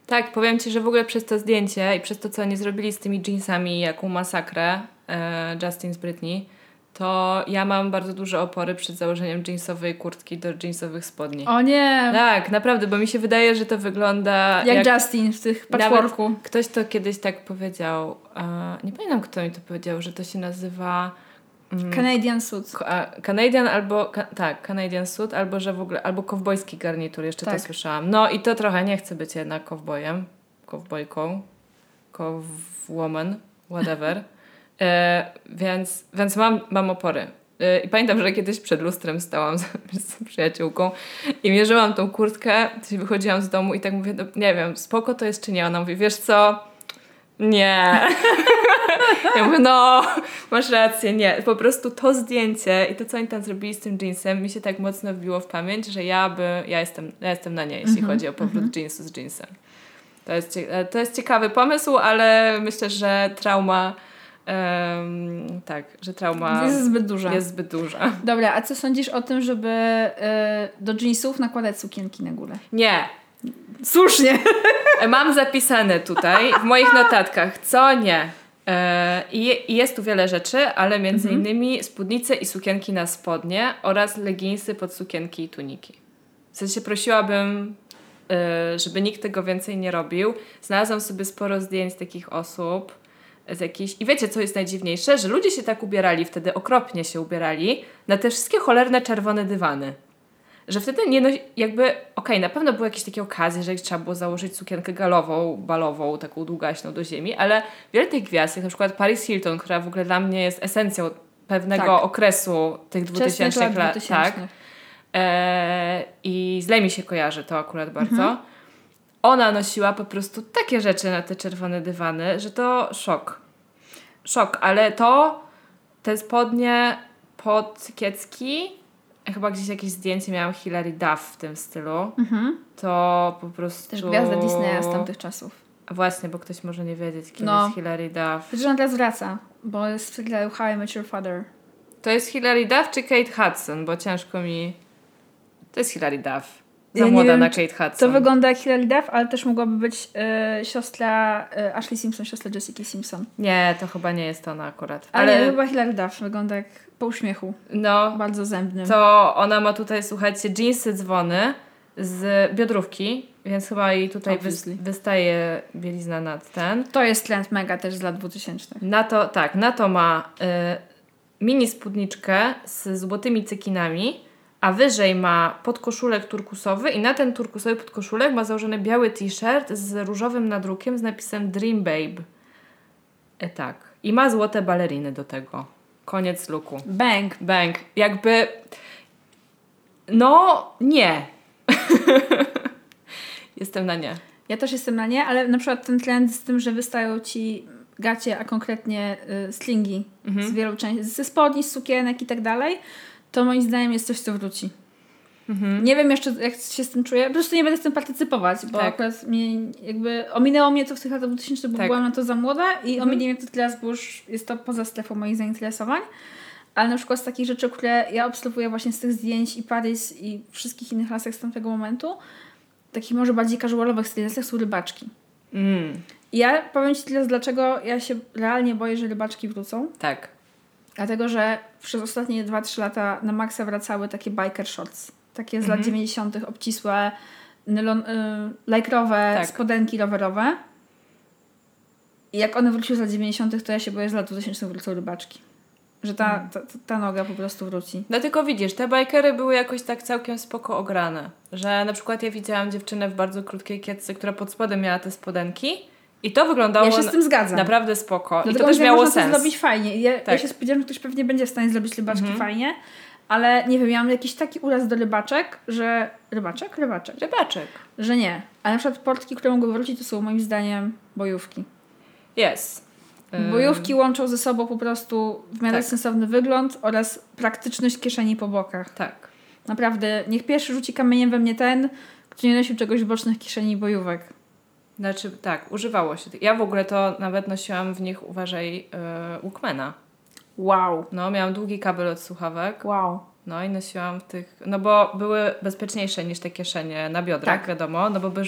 Tak, powiem Ci, że w ogóle przez to zdjęcie i przez to, co oni zrobili z tymi jeansami, jaką masakrę Justin z Britney, to ja mam bardzo duże opory przed założeniem jeansowej kurtki do jeansowych spodni. O nie! Tak, naprawdę, bo mi się wydaje, że to wygląda jak Justin w tych patchworku. Ktoś to kiedyś tak powiedział, nie pamiętam, kto mi to powiedział, że to się nazywa... Canadian suit. Canadian albo... Canadian suit, albo że w ogóle... Albo kowbojski garnitur, jeszcze to słyszałam. No i to trochę nie chcę być jednak kowbojem, kowbojką, kowwoman, whatever. Więc mam opory. I pamiętam, że kiedyś przed lustrem stałam z przyjaciółką i mierzyłam tą kurtkę, wychodziłam z domu i tak mówię, nie wiem, spoko to jest czy nie? Ona mówi, wiesz co? Nie. Ja mówię, no, masz rację, nie. Po prostu to zdjęcie i to, co oni tam zrobili z tym jeansem, mi się tak mocno wbiło w pamięć, że ja jestem na nie, jeśli chodzi o powrót jeansu z jeansem. To jest ciekawy pomysł, ale myślę, że trauma że trauma jest zbyt duża. Dobra, a co sądzisz o tym, żeby do jeansów nakładać sukienki na górę? Nie. Słusznie. Mam zapisane tutaj w moich notatkach, co nie. I jest tu wiele rzeczy, ale między innymi spódnice i sukienki na spodnie oraz leginsy pod sukienki i tuniki. W sensie prosiłabym, żeby nikt tego więcej nie robił. Znalazłam sobie sporo zdjęć takich osób z jakiejś... I wiecie, co jest najdziwniejsze? Że ludzie się tak ubierali, wtedy okropnie się ubierali na te wszystkie cholerne czerwone dywany. Że wtedy na pewno były jakieś takie okazje, że trzeba było założyć sukienkę galową, balową, taką długaśną do ziemi, ale wiele tych gwiazd, jak na przykład Paris Hilton, która w ogóle dla mnie jest esencją pewnego okresu tych 2000 lat. Tak. I źle mi się kojarzy to akurat bardzo. Ona nosiła po prostu takie rzeczy na te czerwone dywany, że to szok. Szok, ale te spodnie pod kiecki, chyba gdzieś jakieś zdjęcie miałam Hilary Duff w tym stylu, to po prostu... Też gwiazda Disneya z tamtych czasów. A właśnie, bo ktoś może nie wiedzieć, kim jest Hilary Duff. Przecież ona teraz wraca, bo jest w serialu How I Met Your Father. To jest Hilary Duff czy Kate Hudson? Bo ciężko mi... To jest Hilary Duff. Za młoda na Kate Hudson. To wygląda jak Hilary Duff, ale też mogłaby być siostra Ashley Simpson, siostra Jessica Simpson. Nie, to chyba nie jest ona akurat. Ale chyba Hilary Duff wygląda jak po uśmiechu. No. Bardzo zębnym. To ona ma tutaj, słuchajcie, jeansy dzwony z biodrówki, więc chyba jej tutaj wystaje bielizna nad ten. To jest trend mega też z lat 2000. Na to ma mini spódniczkę z złotymi cekinami, a wyżej ma podkoszulek turkusowy i na ten turkusowy podkoszulek ma założony biały t-shirt z różowym nadrukiem z napisem Dream Babe. Tak. I ma złote baleriny do tego. Koniec looku. Bang. Bang. Jakby... No, nie. Jestem na nie. Ja też jestem na nie, ale na przykład ten trend z tym, że wystają ci gacie, a konkretnie stringi z wielu części, ze spodni, z sukienek i tak dalej, to moim zdaniem jest coś, co wróci. Nie wiem jeszcze, jak się z tym czuję. Po prostu nie będę z tym partycypować, bo akurat ominęło mnie to w tych latach 2000, bo byłam na to za młoda i ominęło mnie to teraz, bo już jest to poza strefą moich zainteresowań. Ale na przykład z takich rzeczy, które ja obserwuję właśnie z tych zdjęć i Paris i wszystkich innych lasek z tamtego momentu, takich może bardziej casualowych stylizacjach są rybaczki. I ja powiem Ci teraz, dlaczego ja się realnie boję, że rybaczki wrócą. Tak. Dlatego, że przez ostatnie 2-3 lata na maksa wracały takie biker shorts. Takie z lat 90. obcisłe, lajkrowe spodenki rowerowe. I jak one wróciły z lat 90., to ja się boję, że z lat 2000 wrócą rybaczki. Że ta noga po prostu wróci. No tylko widzisz, te bikery były jakoś tak całkiem spoko ograne. Że na przykład ja widziałam dziewczynę w bardzo krótkiej kietce, która pod spodem miała te spodenki i to wyglądało... Ja się z tym zgadzam. Naprawdę spoko. No i to też miało można sens. To zrobić fajnie. Ja się spodziewam, że ktoś pewnie będzie w stanie zrobić rybaczki fajnie, ale nie wiem, miałam jakiś taki uraz do rybaczek, że... Rybaczek. Że nie. Ale na przykład portki, które mogą wrócić, to są moim zdaniem bojówki. Yes. Bojówki łączą ze sobą po prostu w miarę sensowny wygląd oraz praktyczność kieszeni po bokach. Tak. Naprawdę, niech pierwszy rzuci kamieniem we mnie ten, kto nie nosił czegoś w bocznych kieszeni i bojówek. Znaczy, tak, używało się. Ja w ogóle to nawet nosiłam w nich, uważaj, Walkmana. Wow. No, miałam długi kabel od słuchawek. Wow. No i nosiłam w tych, no bo były bezpieczniejsze niż te kieszenie na biodrach, wiadomo, no bo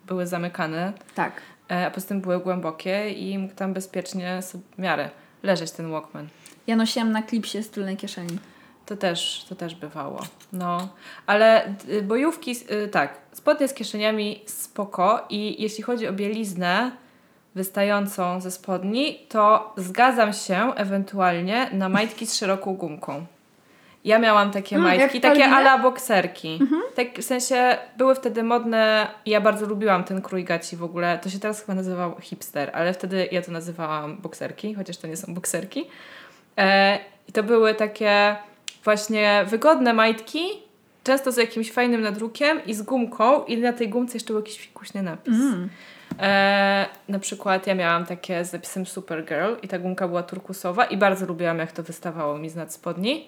były zamykane. Tak. A poza tym były głębokie i mógł tam bezpiecznie sobie w miarę leżeć ten Walkman. Ja nosiłam na klipsie z tylnej kieszeni. To też bywało. No, ale bojówki, tak, spodnie z kieszeniami spoko i jeśli chodzi o bieliznę wystającą ze spodni, to zgadzam się ewentualnie na majtki z szeroką gumką. Ja miałam takie majtki, takie a la bokserki. Tak, w sensie były wtedy modne, ja bardzo lubiłam ten krój gaci w ogóle, to się teraz chyba nazywał hipster, ale wtedy ja to nazywałam bokserki, chociaż to nie są bokserki. I to były takie właśnie wygodne majtki, często z jakimś fajnym nadrukiem i z gumką i na tej gumce jeszcze był jakiś fikuśny napis. Na przykład ja miałam takie z napisem Supergirl i ta gumka była turkusowa i bardzo lubiłam, jak to wystawało mi z nad spodni.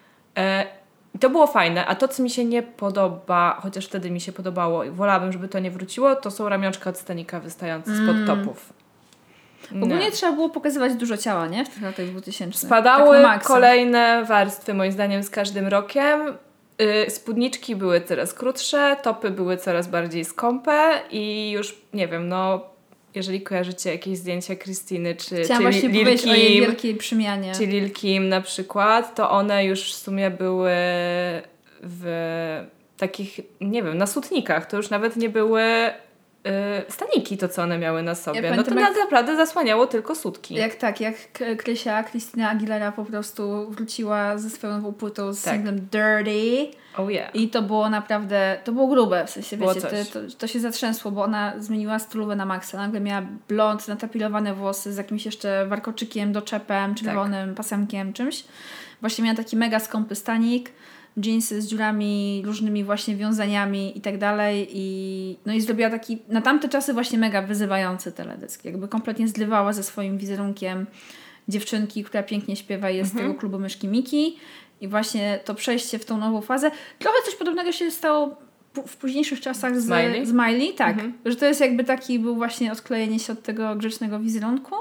I to było fajne, a to, co mi się nie podoba, chociaż wtedy mi się podobało i wolałabym, żeby to nie wróciło, to są ramionczka od stanika wystające spod topów. Ogólnie trzeba było pokazywać dużo ciała, nie? W tych latach 2000. Spadały tak kolejne warstwy, moim zdaniem, z każdym rokiem. Spódniczki były coraz krótsze, topy były coraz bardziej skąpe i już, nie wiem, jeżeli kojarzycie jakieś zdjęcia Krystyny czy właśnie Lil Kim, o jej wielkiej przemianie. Czy Lil Kim na przykład, to one już w sumie były w takich, nie wiem, na sutnikach. To już nawet nie były staniki, to co one miały na sobie. Ja no to naprawdę zasłaniało tylko sutki. Jak Krystyna Aguilera po prostu wróciła ze swoją nową płytą z singlem Dirty. Oh yeah. I to było naprawdę, to było grube, w sensie, było wiecie, to się zatrzęsło, bo ona zmieniła stylówę na maksa. Nagle miała blond, natapilowane włosy z jakimś jeszcze warkoczykiem, doczepem, czerwonym pasemkiem, czymś. Właśnie miała taki mega skąpy stanik, dżinsy z dziurami, różnymi właśnie wiązaniami i tak dalej. I zrobiła taki, na tamte czasy właśnie mega wyzywający teledysk. Jakby kompletnie zlewała ze swoim wizerunkiem dziewczynki, która pięknie śpiewa i jest z tego klubu Myszki Miki. I właśnie to przejście w tą nową fazę. Trochę coś podobnego się stało w późniejszych czasach z Miley. Tak, że to jest jakby taki, był właśnie odklejenie się od tego grzecznego wizerunku.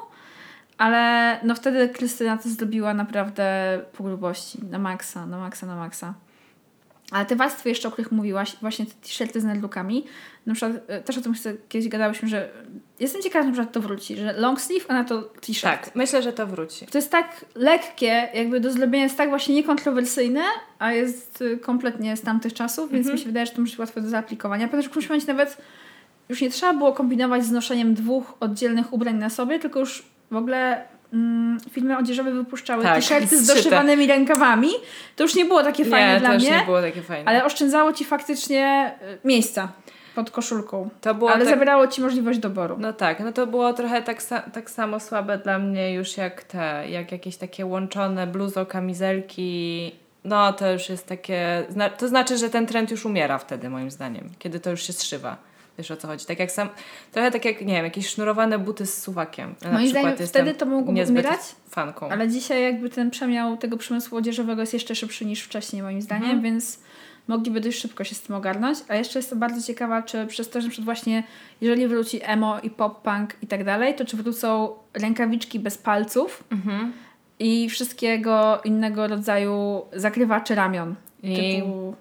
Ale wtedy Krystyna to zrobiła naprawdę po grubości. Na maksa. Ale te warstwy jeszcze, o których mówiłaś, właśnie te t-shirty z nadrukami, na przykład też o tym kiedyś gadałyśmy, że jestem ciekawa, na przykład to wróci, że long sleeve, a na to t-shirt. Tak, myślę, że to wróci. To jest tak lekkie, jakby do zrobienia jest tak właśnie niekontrowersyjne, a jest kompletnie z tamtych czasów, więc mi się wydaje, że to może być łatwe do zaaplikowania. Ponieważ w którymś momencie nawet już nie trzeba było kombinować z noszeniem 2 oddzielnych ubrań na sobie, tylko już w ogóle firmy odzieżowe wypuszczały t-shirty z doszywanymi rękawami. To już nie było takie fajne dla mnie. Nie było takie fajne. Ale oszczędzało ci faktycznie miejsca pod koszulką. Ale zabierało ci możliwość doboru. No tak, to było trochę tak samo słabe dla mnie już jak jakieś takie łączone bluzo, kamizelki. No to już jest takie, to znaczy, że ten trend już umiera wtedy moim zdaniem, kiedy to już się zszywa. Wiesz, o co chodzi. Trochę tak jak, nie wiem, jakieś sznurowane buty z suwakiem. Moim zdaniem wtedy to mogło umierać, fanką. Ale dzisiaj jakby ten przemiał tego przemysłu odzieżowego jest jeszcze szybszy niż wcześniej moim zdaniem, więc mogliby dość szybko się z tym ogarnąć. A jeszcze jestem bardzo ciekawa, czy przez to, że na przykład właśnie jeżeli wróci emo i pop-punk i tak dalej, to czy wrócą rękawiczki bez palców i wszystkiego innego rodzaju zakrywaczy ramion. Typu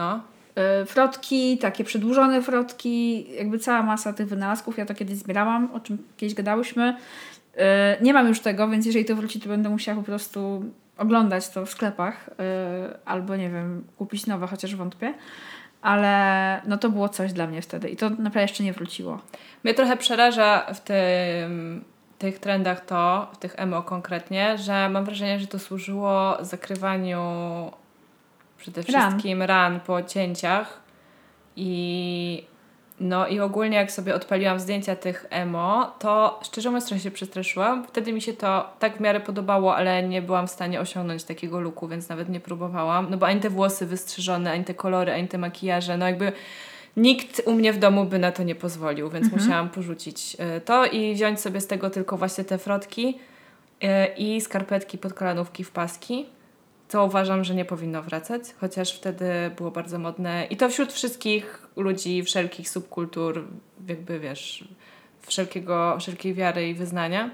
frotki, takie przedłużone frotki, jakby cała masa tych wynalazków. Ja to kiedyś zbierałam, o czym kiedyś gadałyśmy. Nie mam już tego, więc jeżeli to wróci, to będę musiała po prostu oglądać to w sklepach albo, nie wiem, kupić nowe, chociaż wątpię. Ale to było coś dla mnie wtedy i to naprawdę jeszcze nie wróciło. Mnie trochę przeraża w tych trendach w tych emo konkretnie, że mam wrażenie, że to służyło zakrywaniu przede wszystkim ran po cięciach i ogólnie jak sobie odpaliłam zdjęcia tych emo, to szczerze mówiąc trochę się przestraszyłam. Wtedy mi się to tak w miarę podobało, ale nie byłam w stanie osiągnąć takiego looku, więc nawet nie próbowałam. Bo ani te włosy wystrzyżone, ani te kolory, ani te makijaże, jakby nikt u mnie w domu by na to nie pozwolił, więc musiałam porzucić to i wziąć sobie z tego tylko właśnie te frotki i skarpetki pod kolanówki w paski. Co uważam, że nie powinno wracać, chociaż wtedy było bardzo modne i to wśród wszystkich ludzi, wszelkich subkultur, jakby wiesz, wszelkiej wiary i wyznania.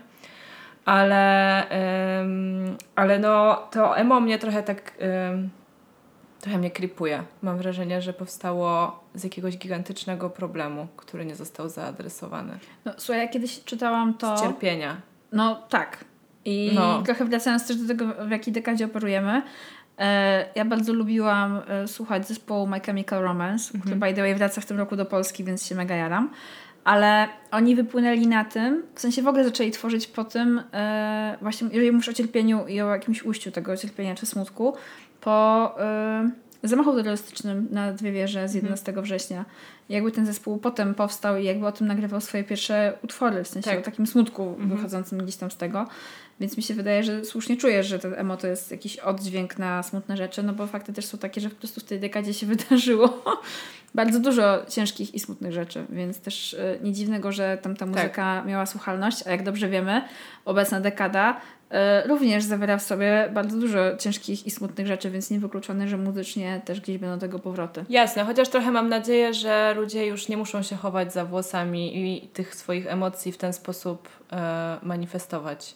Ale to emo mnie trochę tak Trochę mnie creepuje. Mam wrażenie, że powstało z jakiegoś gigantycznego problemu, który nie został zaadresowany. No, słuchaj, ja kiedyś czytałam to... Z cierpienia. No tak. I trochę wracając też do tego, w jakiej dekadzie operujemy, ja bardzo lubiłam słuchać zespołu My Chemical Romance, który by the way wraca w tym roku do Polski, więc się mega jaram. Ale oni wypłynęli na tym, w sensie w ogóle zaczęli tworzyć po tym, właśnie jeżeli mówisz o cierpieniu i o jakimś ujściu tego cierpienia czy smutku, po zamachu terrorystycznym na dwie wieże z 11 września. I jakby ten zespół potem powstał i jakby o tym nagrywał swoje pierwsze utwory, w sensie o takim smutku wychodzącym gdzieś tam z tego. Więc mi się wydaje, że słusznie czujesz, że ten emo to jest jakiś oddźwięk na smutne rzeczy, no bo fakty też są takie, że po prostu w tej dekadzie się wydarzyło bardzo dużo ciężkich i smutnych rzeczy, więc też nie dziwnego, że tam ta muzyka miała słuchalność, a jak dobrze wiemy, obecna dekada również zawiera w sobie bardzo dużo ciężkich i smutnych rzeczy, więc niewykluczone, że muzycznie też gdzieś będą tego powroty. Jasne, chociaż trochę mam nadzieję, że ludzie już nie muszą się chować za włosami i tych swoich emocji w ten sposób manifestować.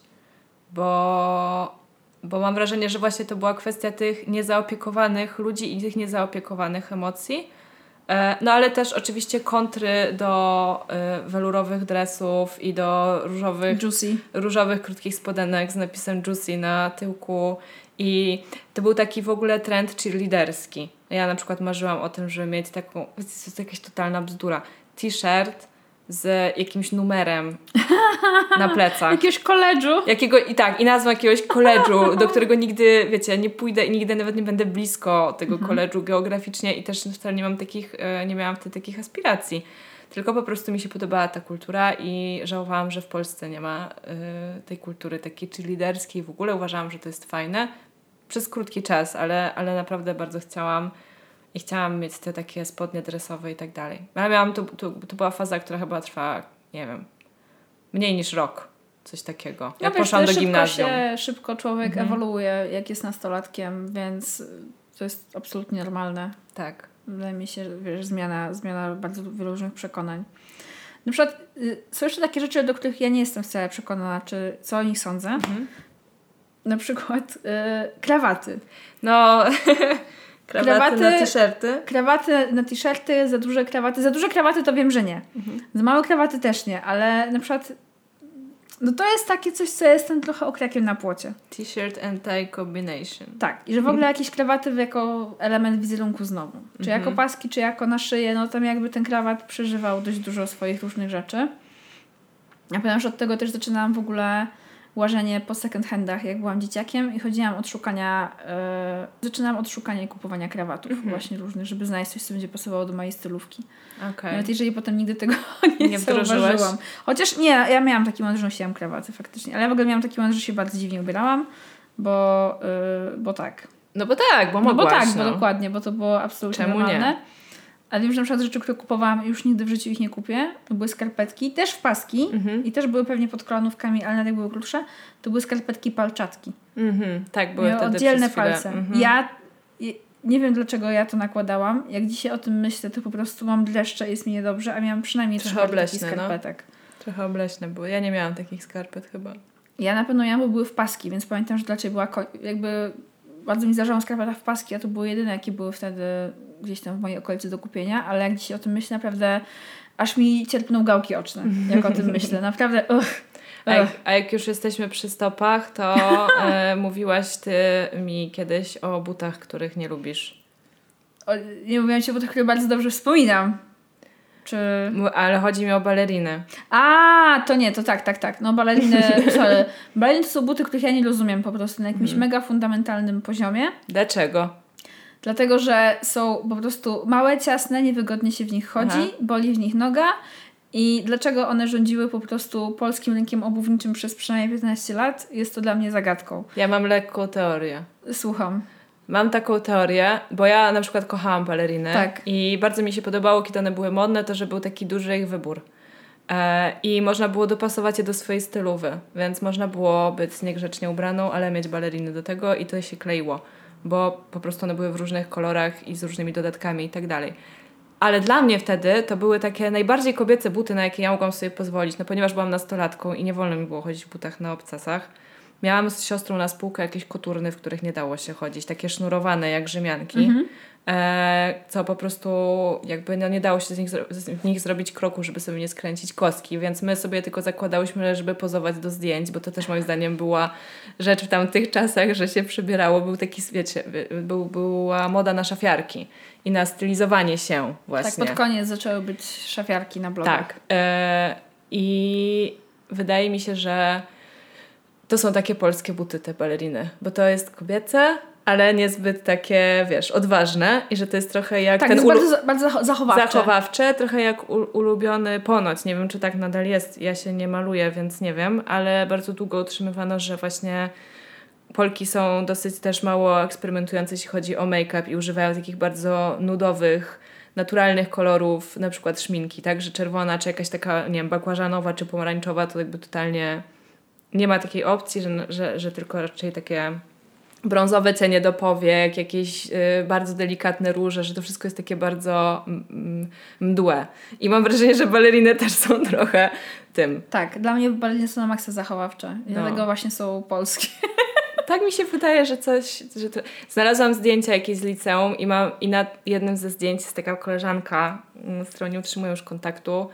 Bo mam wrażenie, że właśnie to była kwestia tych niezaopiekowanych ludzi i tych niezaopiekowanych emocji. No ale też oczywiście kontry do welurowych dresów i do różowych krótkich spodenek z napisem Juicy na tyłku. I to był taki w ogóle trend cheerleaderski. Ja na przykład marzyłam o tym, żeby mieć taką, to jest jakaś totalna bzdura, t-shirt z jakimś numerem na plecach. Jakiegoś koledżu. I nazwą jakiegoś koledżu, do którego nigdy, wiecie, nie pójdę i nigdy nawet nie będę blisko tego koledżu geograficznie i też wcale nie miałam wtedy takich aspiracji. Tylko po prostu mi się podobała ta kultura i żałowałam, że w Polsce nie ma tej kultury takiej cheerleaderskiej. W ogóle uważałam, że to jest fajne. Przez krótki czas, ale naprawdę bardzo chciałam mieć te takie spodnie dresowe i tak dalej. Ale miałam, to była faza, która chyba trwała, nie wiem, mniej niż rok. Coś takiego. Ja poszłam do gimnazjum. Szybko człowiek ewoluuje, jak jest nastolatkiem, więc to jest absolutnie normalne. Tak. Wydaje mi się, że zmiana bardzo wielu różnych przekonań. Na przykład są jeszcze takie rzeczy, do których ja nie jestem wcale przekonana, czy co o nich sądzę. Na przykład krawaty. No... Krawaty na t-shirty? Krawaty na t-shirty, za duże krawaty. Za duże krawaty to wiem, że nie. Za małe krawaty też nie, ale na przykład no to jest takie coś, co jestem trochę okrakiem na płocie. T-shirt and tie combination. Tak. I że w ogóle jakieś krawaty jako element wizerunku znowu. Czy jako paski, czy jako na szyję, no tam jakby ten krawat przeżywał dość dużo swoich różnych rzeczy. Ja pamiętam, że od tego też zaczynałam w ogóle łażenie po second handach, jak byłam dzieciakiem i chodziłam zaczynałam od szukania i kupowania krawatów właśnie różnych, żeby znaleźć coś, co będzie pasowało do mojej stylówki. Okay. Nawet jeżeli potem nigdy tego nie zauważyłam. Chociaż nie, ja miałam taki moment, że nosiłam krawaty faktycznie, ale ja w ogóle miałam taki moment, że się bardzo dziwnie ubierałam, bo tak. No bo tak, bo mogłaś. Bo dokładnie, bo to było absolutnie normalne. Nie? Ale wiem, że na przykład rzeczy, które kupowałam, już nigdy w życiu ich nie kupię. To były skarpetki, też w paski i też były pewnie pod kolanówkami, ale nawet były krótsze. To były skarpetki palczatki. Tak, były wtedy oddzielne palce. Ja nie wiem, dlaczego ja to nakładałam. Jak dzisiaj o tym myślę, to po prostu mam dreszcze, jest mi niedobrze, a miałam przynajmniej 3 takich skarpetek. No. Trochę obleśne były. Ja nie miałam takich skarpet chyba. Ja na pewno miałam, bo były w paski, więc pamiętam, że dlaczego była jakby... Bardzo mi zdarzało skarpetach w paski, a to były jedyne, jakie były wtedy gdzieś tam w mojej okolicy do kupienia, ale jak dzisiaj o tym myślę, naprawdę aż mi cierpną gałki oczne, jak o tym myślę. Naprawdę, A jak już jesteśmy przy stopach, to mówiłaś ty mi kiedyś o butach, których nie lubisz. Nie mówiłam ci o butach, które bardzo dobrze wspominam. Ale chodzi mi o baleriny. To nie, to tak. No baleriny, baleriny to są buty, których ja nie rozumiem po prostu na jakimś mega fundamentalnym poziomie. Dlaczego? Dlatego, że są po prostu małe, ciasne, niewygodnie się w nich chodzi, boli w nich noga i dlaczego one rządziły po prostu polskim rynkiem obuwniczym przez przynajmniej 15 lat, jest to dla mnie zagadką. Ja mam lekką teorię. Słucham. Mam taką teorię, bo ja na przykład kochałam baleriny i bardzo mi się podobało, kiedy one były modne, to że był taki duży ich wybór. I można było dopasować je do swojej stylowy, więc można było być niegrzecznie ubraną, ale mieć baleriny do tego i to się kleiło, bo po prostu one były w różnych kolorach i z różnymi dodatkami i tak dalej. Ale dla mnie wtedy to były takie najbardziej kobiece buty, na jakie ja mogłam sobie pozwolić, no ponieważ byłam nastolatką i nie wolno mi było chodzić w butach na obcasach, Miałam z siostrą na spółkę jakieś koturny, w których nie dało się chodzić, takie sznurowane jak Rzymianki, co po prostu jakby nie dało się z nich zrobić kroku, żeby sobie nie skręcić kostki, więc my sobie tylko zakładałyśmy, żeby pozować do zdjęć, bo to też moim zdaniem była rzecz w tamtych czasach, że się przybierało, był taki, wiecie, była moda na szafiarki i na stylizowanie się właśnie. Tak, pod koniec zaczęły być szafiarki na blogach. Tak. I wydaje mi się, że to są takie polskie buty, te baleriny, bo to jest kobiece, ale niezbyt takie, wiesz, odważne i że to jest trochę jak tak, ten... jest bardzo zachowawcze. Trochę jak ulubiony ponoć. Nie wiem, czy tak nadal jest. Ja się nie maluję, więc nie wiem, ale bardzo długo utrzymywano, że właśnie Polki są dosyć też mało eksperymentujące, jeśli chodzi o make-up i używają takich bardzo nudowych, naturalnych kolorów, na przykład szminki, tak, że czerwona, czy jakaś taka, nie wiem, bakłażanowa, czy pomarańczowa, to jakby totalnie nie ma takiej opcji, że tylko raczej takie brązowe cienie do powiek, jakieś bardzo delikatne róże, że to wszystko jest takie bardzo mdłe. I mam wrażenie, że baleriny też są trochę tym. Tak, dla mnie baleriny są na maksa zachowawcze. I dlatego właśnie są polskie. Tak mi się wydaje, że coś... Znalazłam zdjęcia jakieś z liceum i na jednym ze zdjęć jest taka koleżanka, z którą nie utrzymuję już kontaktu.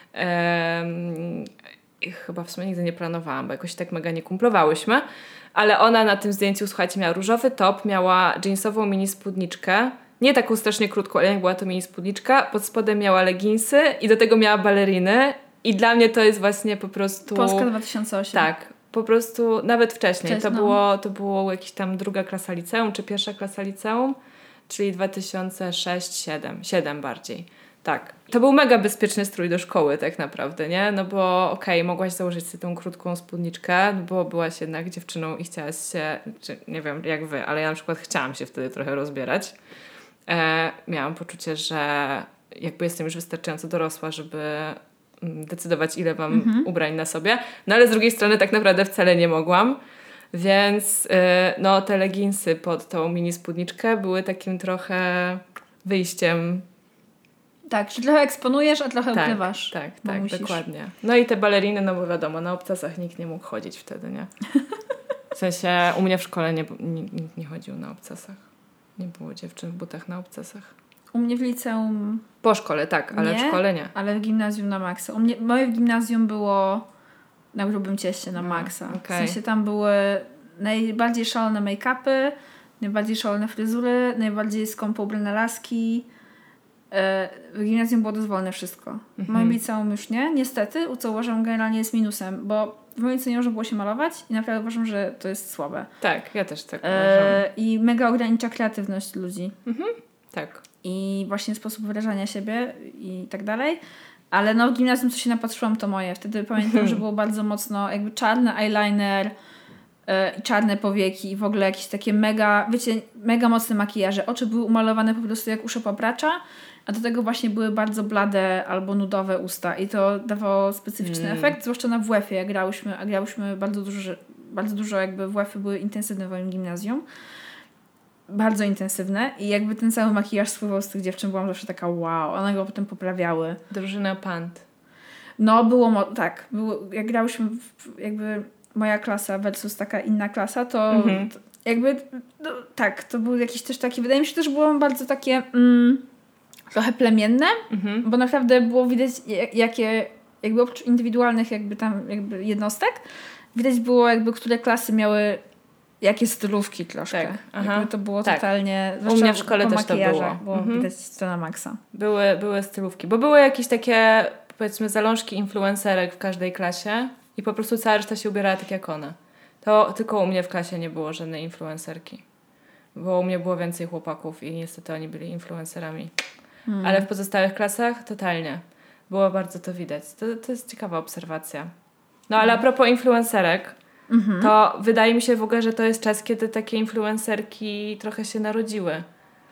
Chyba w sumie nigdy nie planowałam, bo jakoś tak mega nie kumplowałyśmy. Ale ona na tym zdjęciu, słuchajcie, miała różowy top, miała jeansową mini spódniczkę. Nie taką strasznie krótką, ale była to mini spódniczka. Pod spodem miała leginsy i do tego miała baleriny. I dla mnie to jest właśnie po prostu... Polska 2008. Tak. Po prostu nawet wcześniej. To było jakieś tam 2. klasa liceum, czy 1. klasa liceum, czyli 2006-2007 bardziej. Tak. To był mega bezpieczny strój do szkoły tak naprawdę, nie? No bo okej, mogłaś założyć sobie tą krótką spódniczkę, bo byłaś jednak dziewczyną i chciałaś się, czy nie wiem jak wy, ale ja na przykład chciałam się wtedy trochę rozbierać. Miałam poczucie, że jakby jestem już wystarczająco dorosła, żeby decydować, ile mam ubrań na sobie. No ale z drugiej strony tak naprawdę wcale nie mogłam. Więc no te leginsy pod tą mini spódniczkę były takim trochę wyjściem. Tak, że trochę eksponujesz, a trochę ukrywasz. Tak, dokładnie. No i te baleriny, no bo wiadomo, na obcasach nikt nie mógł chodzić wtedy, nie? W sensie u mnie w szkole nikt nie chodził na obcasach. Nie było dziewczyn w butach na obcasach. U mnie w liceum... Po szkole, tak, ale w szkole nie. Ale w gimnazjum na maksa. Moje gimnazjum było na grubym cieście na maksa. Okay. W sensie tam były najbardziej szalone make-upy, najbardziej szalone fryzury, najbardziej skąpo ubrane laski. W gimnazjum było dozwolone wszystko. W moim liceum już nie. Niestety, co uważam generalnie jest minusem, bo w moim liceum nie można było się malować i naprawdę uważam, że to jest słabe. Tak, ja też tak uważam. I mega ogranicza kreatywność ludzi. Tak. I właśnie sposób wyrażania siebie i tak dalej. Ale no w gimnazjum, co się napatrzyłam, to moje. Wtedy pamiętam, że było bardzo mocno jakby czarny eyeliner i czarne powieki i w ogóle jakieś takie mega mocne makijaże. Oczy były umalowane po prostu jak uszy papracza, a do tego właśnie były bardzo blade albo nudowe usta i to dawało specyficzny efekt, zwłaszcza na WF-ie, jak grałyśmy bardzo dużo jakby WF-y były intensywne w moim gimnazjum. Bardzo intensywne i jakby ten cały makijaż spływał z tych dziewczyn, byłam zawsze taka wow, one go potem poprawiały. Drużyna Pant. No tak, jak grałyśmy jakby moja klasa versus taka inna klasa, to jakby tak, to był jakiś też taki, wydaje mi się też, że było bardzo takie trochę plemienne, bo naprawdę było widać jakie jakby oprócz indywidualnych jakby tam jakby jednostek, widać było jakby, które klasy miały jakie stylówki troszkę. Tak. Jakby to było totalnie... U mnie w szkole też to było. Widać to na maksa. Były stylówki, bo były jakieś takie powiedzmy zalążki influencerek w każdej klasie i po prostu cała reszta się ubierała tak jak one. To tylko u mnie w klasie nie było żadnej influencerki. Bo u mnie było więcej chłopaków i niestety oni byli influencerami. Ale w pozostałych klasach totalnie. Było bardzo to widać. To jest ciekawa obserwacja. No ale a propos influencerek, to wydaje mi się w ogóle, że to jest czas, kiedy takie influencerki trochę się narodziły.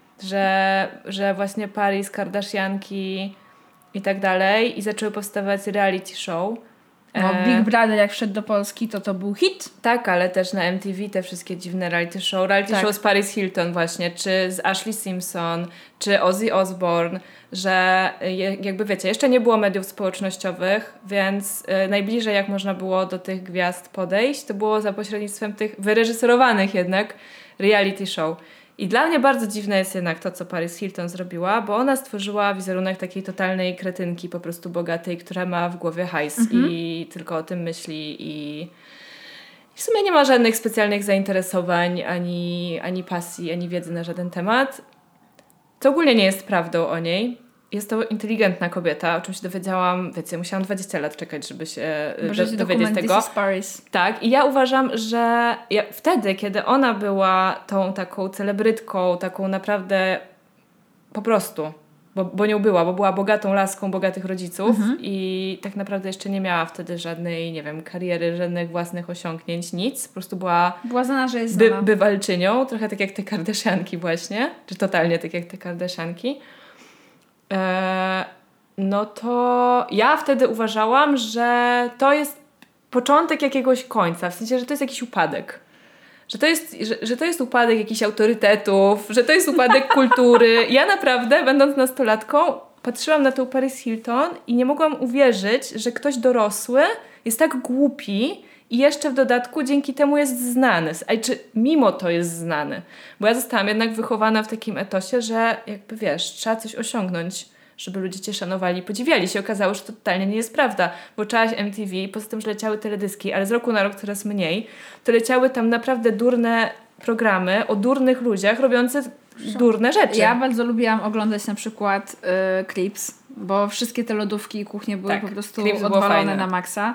Że właśnie Paris, Kardashianki i tak dalej i zaczęły powstawać reality show. Big Brother jak wszedł do Polski, to był hit. Tak, ale też na MTV te wszystkie dziwne reality show z Paris Hilton właśnie, czy z Ashley Simpson, czy Ozzy Osbourne, że jakby wiecie, jeszcze nie było mediów społecznościowych, więc najbliżej jak można było do tych gwiazd podejść, to było za pośrednictwem tych wyreżyserowanych jednak reality show. I dla mnie bardzo dziwne jest jednak to, co Paris Hilton zrobiła, bo ona stworzyła wizerunek takiej totalnej kretynki, po prostu bogatej, która ma w głowie hajs i tylko o tym myśli i w sumie nie ma żadnych specjalnych zainteresowań, ani pasji, ani wiedzy na żaden temat. To ogólnie nie jest prawdą o niej. Jest to inteligentna kobieta, o czym się dowiedziałam, wiecie, musiałam 20 lat czekać, żeby się dowiedzieć tego. This is Paris. Tak, i ja uważam, że wtedy, kiedy ona była tą taką celebrytką, taką naprawdę po prostu, bo nią była, bo była bogatą laską bogatych rodziców i tak naprawdę jeszcze nie miała wtedy żadnej, nie wiem, kariery, żadnych własnych osiągnięć, nic. Po prostu była znana, że jest znana. Bywalczynią, trochę tak jak te Kardashianki właśnie, czy totalnie tak jak te Kardashianki. No to ja wtedy uważałam, że to jest początek jakiegoś końca, w sensie, że to jest jakiś upadek. Że to jest upadek jakichś autorytetów, że to jest upadek kultury. Ja naprawdę, będąc nastolatką, patrzyłam na tą Paris Hilton i nie mogłam uwierzyć, że ktoś dorosły jest tak głupi i jeszcze w dodatku dzięki temu jest znany. A czy mimo to jest znany? Bo ja zostałam jednak wychowana w takim etosie, że jakby wiesz, trzeba coś osiągnąć, żeby ludzie cię szanowali i podziwiali się. Okazało się, że to totalnie nie jest prawda. Bo czałaś MTV, poza tym, że leciały teledyski, ale z roku na rok coraz mniej, to leciały tam naprawdę durne programy o durnych ludziach robiących durne rzeczy. Ja bardzo lubiłam oglądać na przykład Clips, bo wszystkie te lodówki i kuchnie były po prostu odwalone na maksa.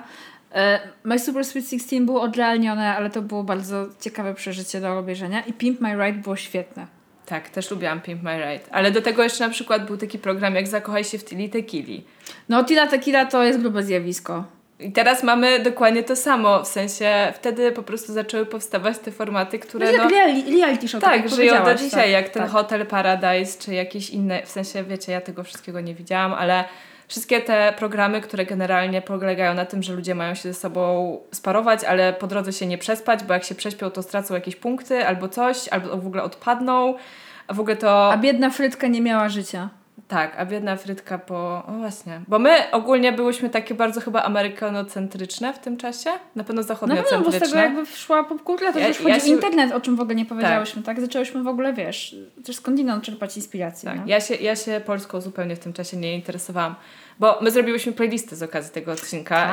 My Super Sweet 16 było odrealnione, ale to było bardzo ciekawe przeżycie do obejrzenia i Pimp My Ride było świetne. Tak, też lubiłam Pimp My Ride. Ale do tego jeszcze na przykład był taki program jak Zakochaj się w Tilly Tequili. No Tila Tequila to jest grube zjawisko. I teraz mamy dokładnie to samo, w sensie wtedy po prostu zaczęły powstawać te formaty, które jak reality show. Tak, żyją do dzisiaj, jak ten Hotel Paradise, czy jakieś inne, w sensie wiecie, ja tego wszystkiego nie widziałam, ale wszystkie te programy, które generalnie polegają na tym, że ludzie mają się ze sobą sparować, ale po drodze się nie przespać, bo jak się prześpią, to stracą jakieś punkty albo coś, albo w ogóle odpadną, a w ogóle to... A biedna Frytka nie miała życia. Tak, a biedna Frytka o właśnie. Bo my ogólnie byłyśmy takie bardzo chyba amerykanocentryczne w tym czasie. Na pewno zachodniocentryczne. No bo z tego jakby szła popkultura, to też wchodzi internet, o czym w ogóle nie powiedziałyśmy, tak? Zaczęłyśmy w ogóle, wiesz, też skądinąd czerpać inspirację. Tak, no? ja się Polską zupełnie w tym czasie nie interesowałam. Bo my zrobiłyśmy playlistę z okazji tego odcinka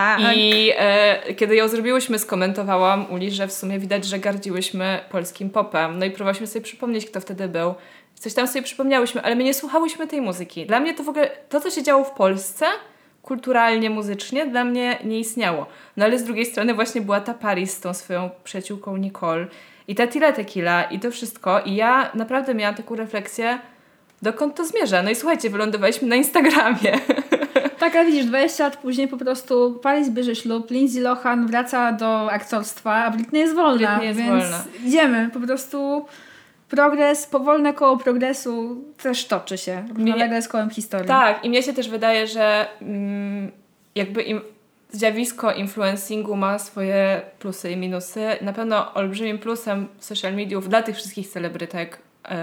i kiedy ją zrobiłyśmy, skomentowałam Uli, że w sumie widać, że gardziłyśmy polskim popem. No i próbowałyśmy sobie przypomnieć, kto wtedy był. Coś tam sobie przypomniałyśmy, ale my nie słuchałyśmy tej muzyki. Dla mnie to w ogóle, to co się działo w Polsce, kulturalnie, muzycznie, dla mnie nie istniało. No ale z drugiej strony właśnie była ta Paris z tą swoją przyjaciółką Nicole i ta Tila Tequila i to wszystko. I ja naprawdę miałam taką refleksję, dokąd to zmierza. No i słuchajcie, wylądowaliśmy na Instagramie. Tak, a widzisz, 20 lat później po prostu Paris bierze ślub, Lindsay Lohan wraca do aktorstwa, a Britney jest wolna, więc idziemy. Po prostu progres, powolne koło progresu też toczy się. Równolegle z kołem historii. Tak, i mnie się też wydaje, że jakby zjawisko influencingu ma swoje plusy i minusy. Na pewno olbrzymim plusem social mediów dla tych wszystkich celebrytek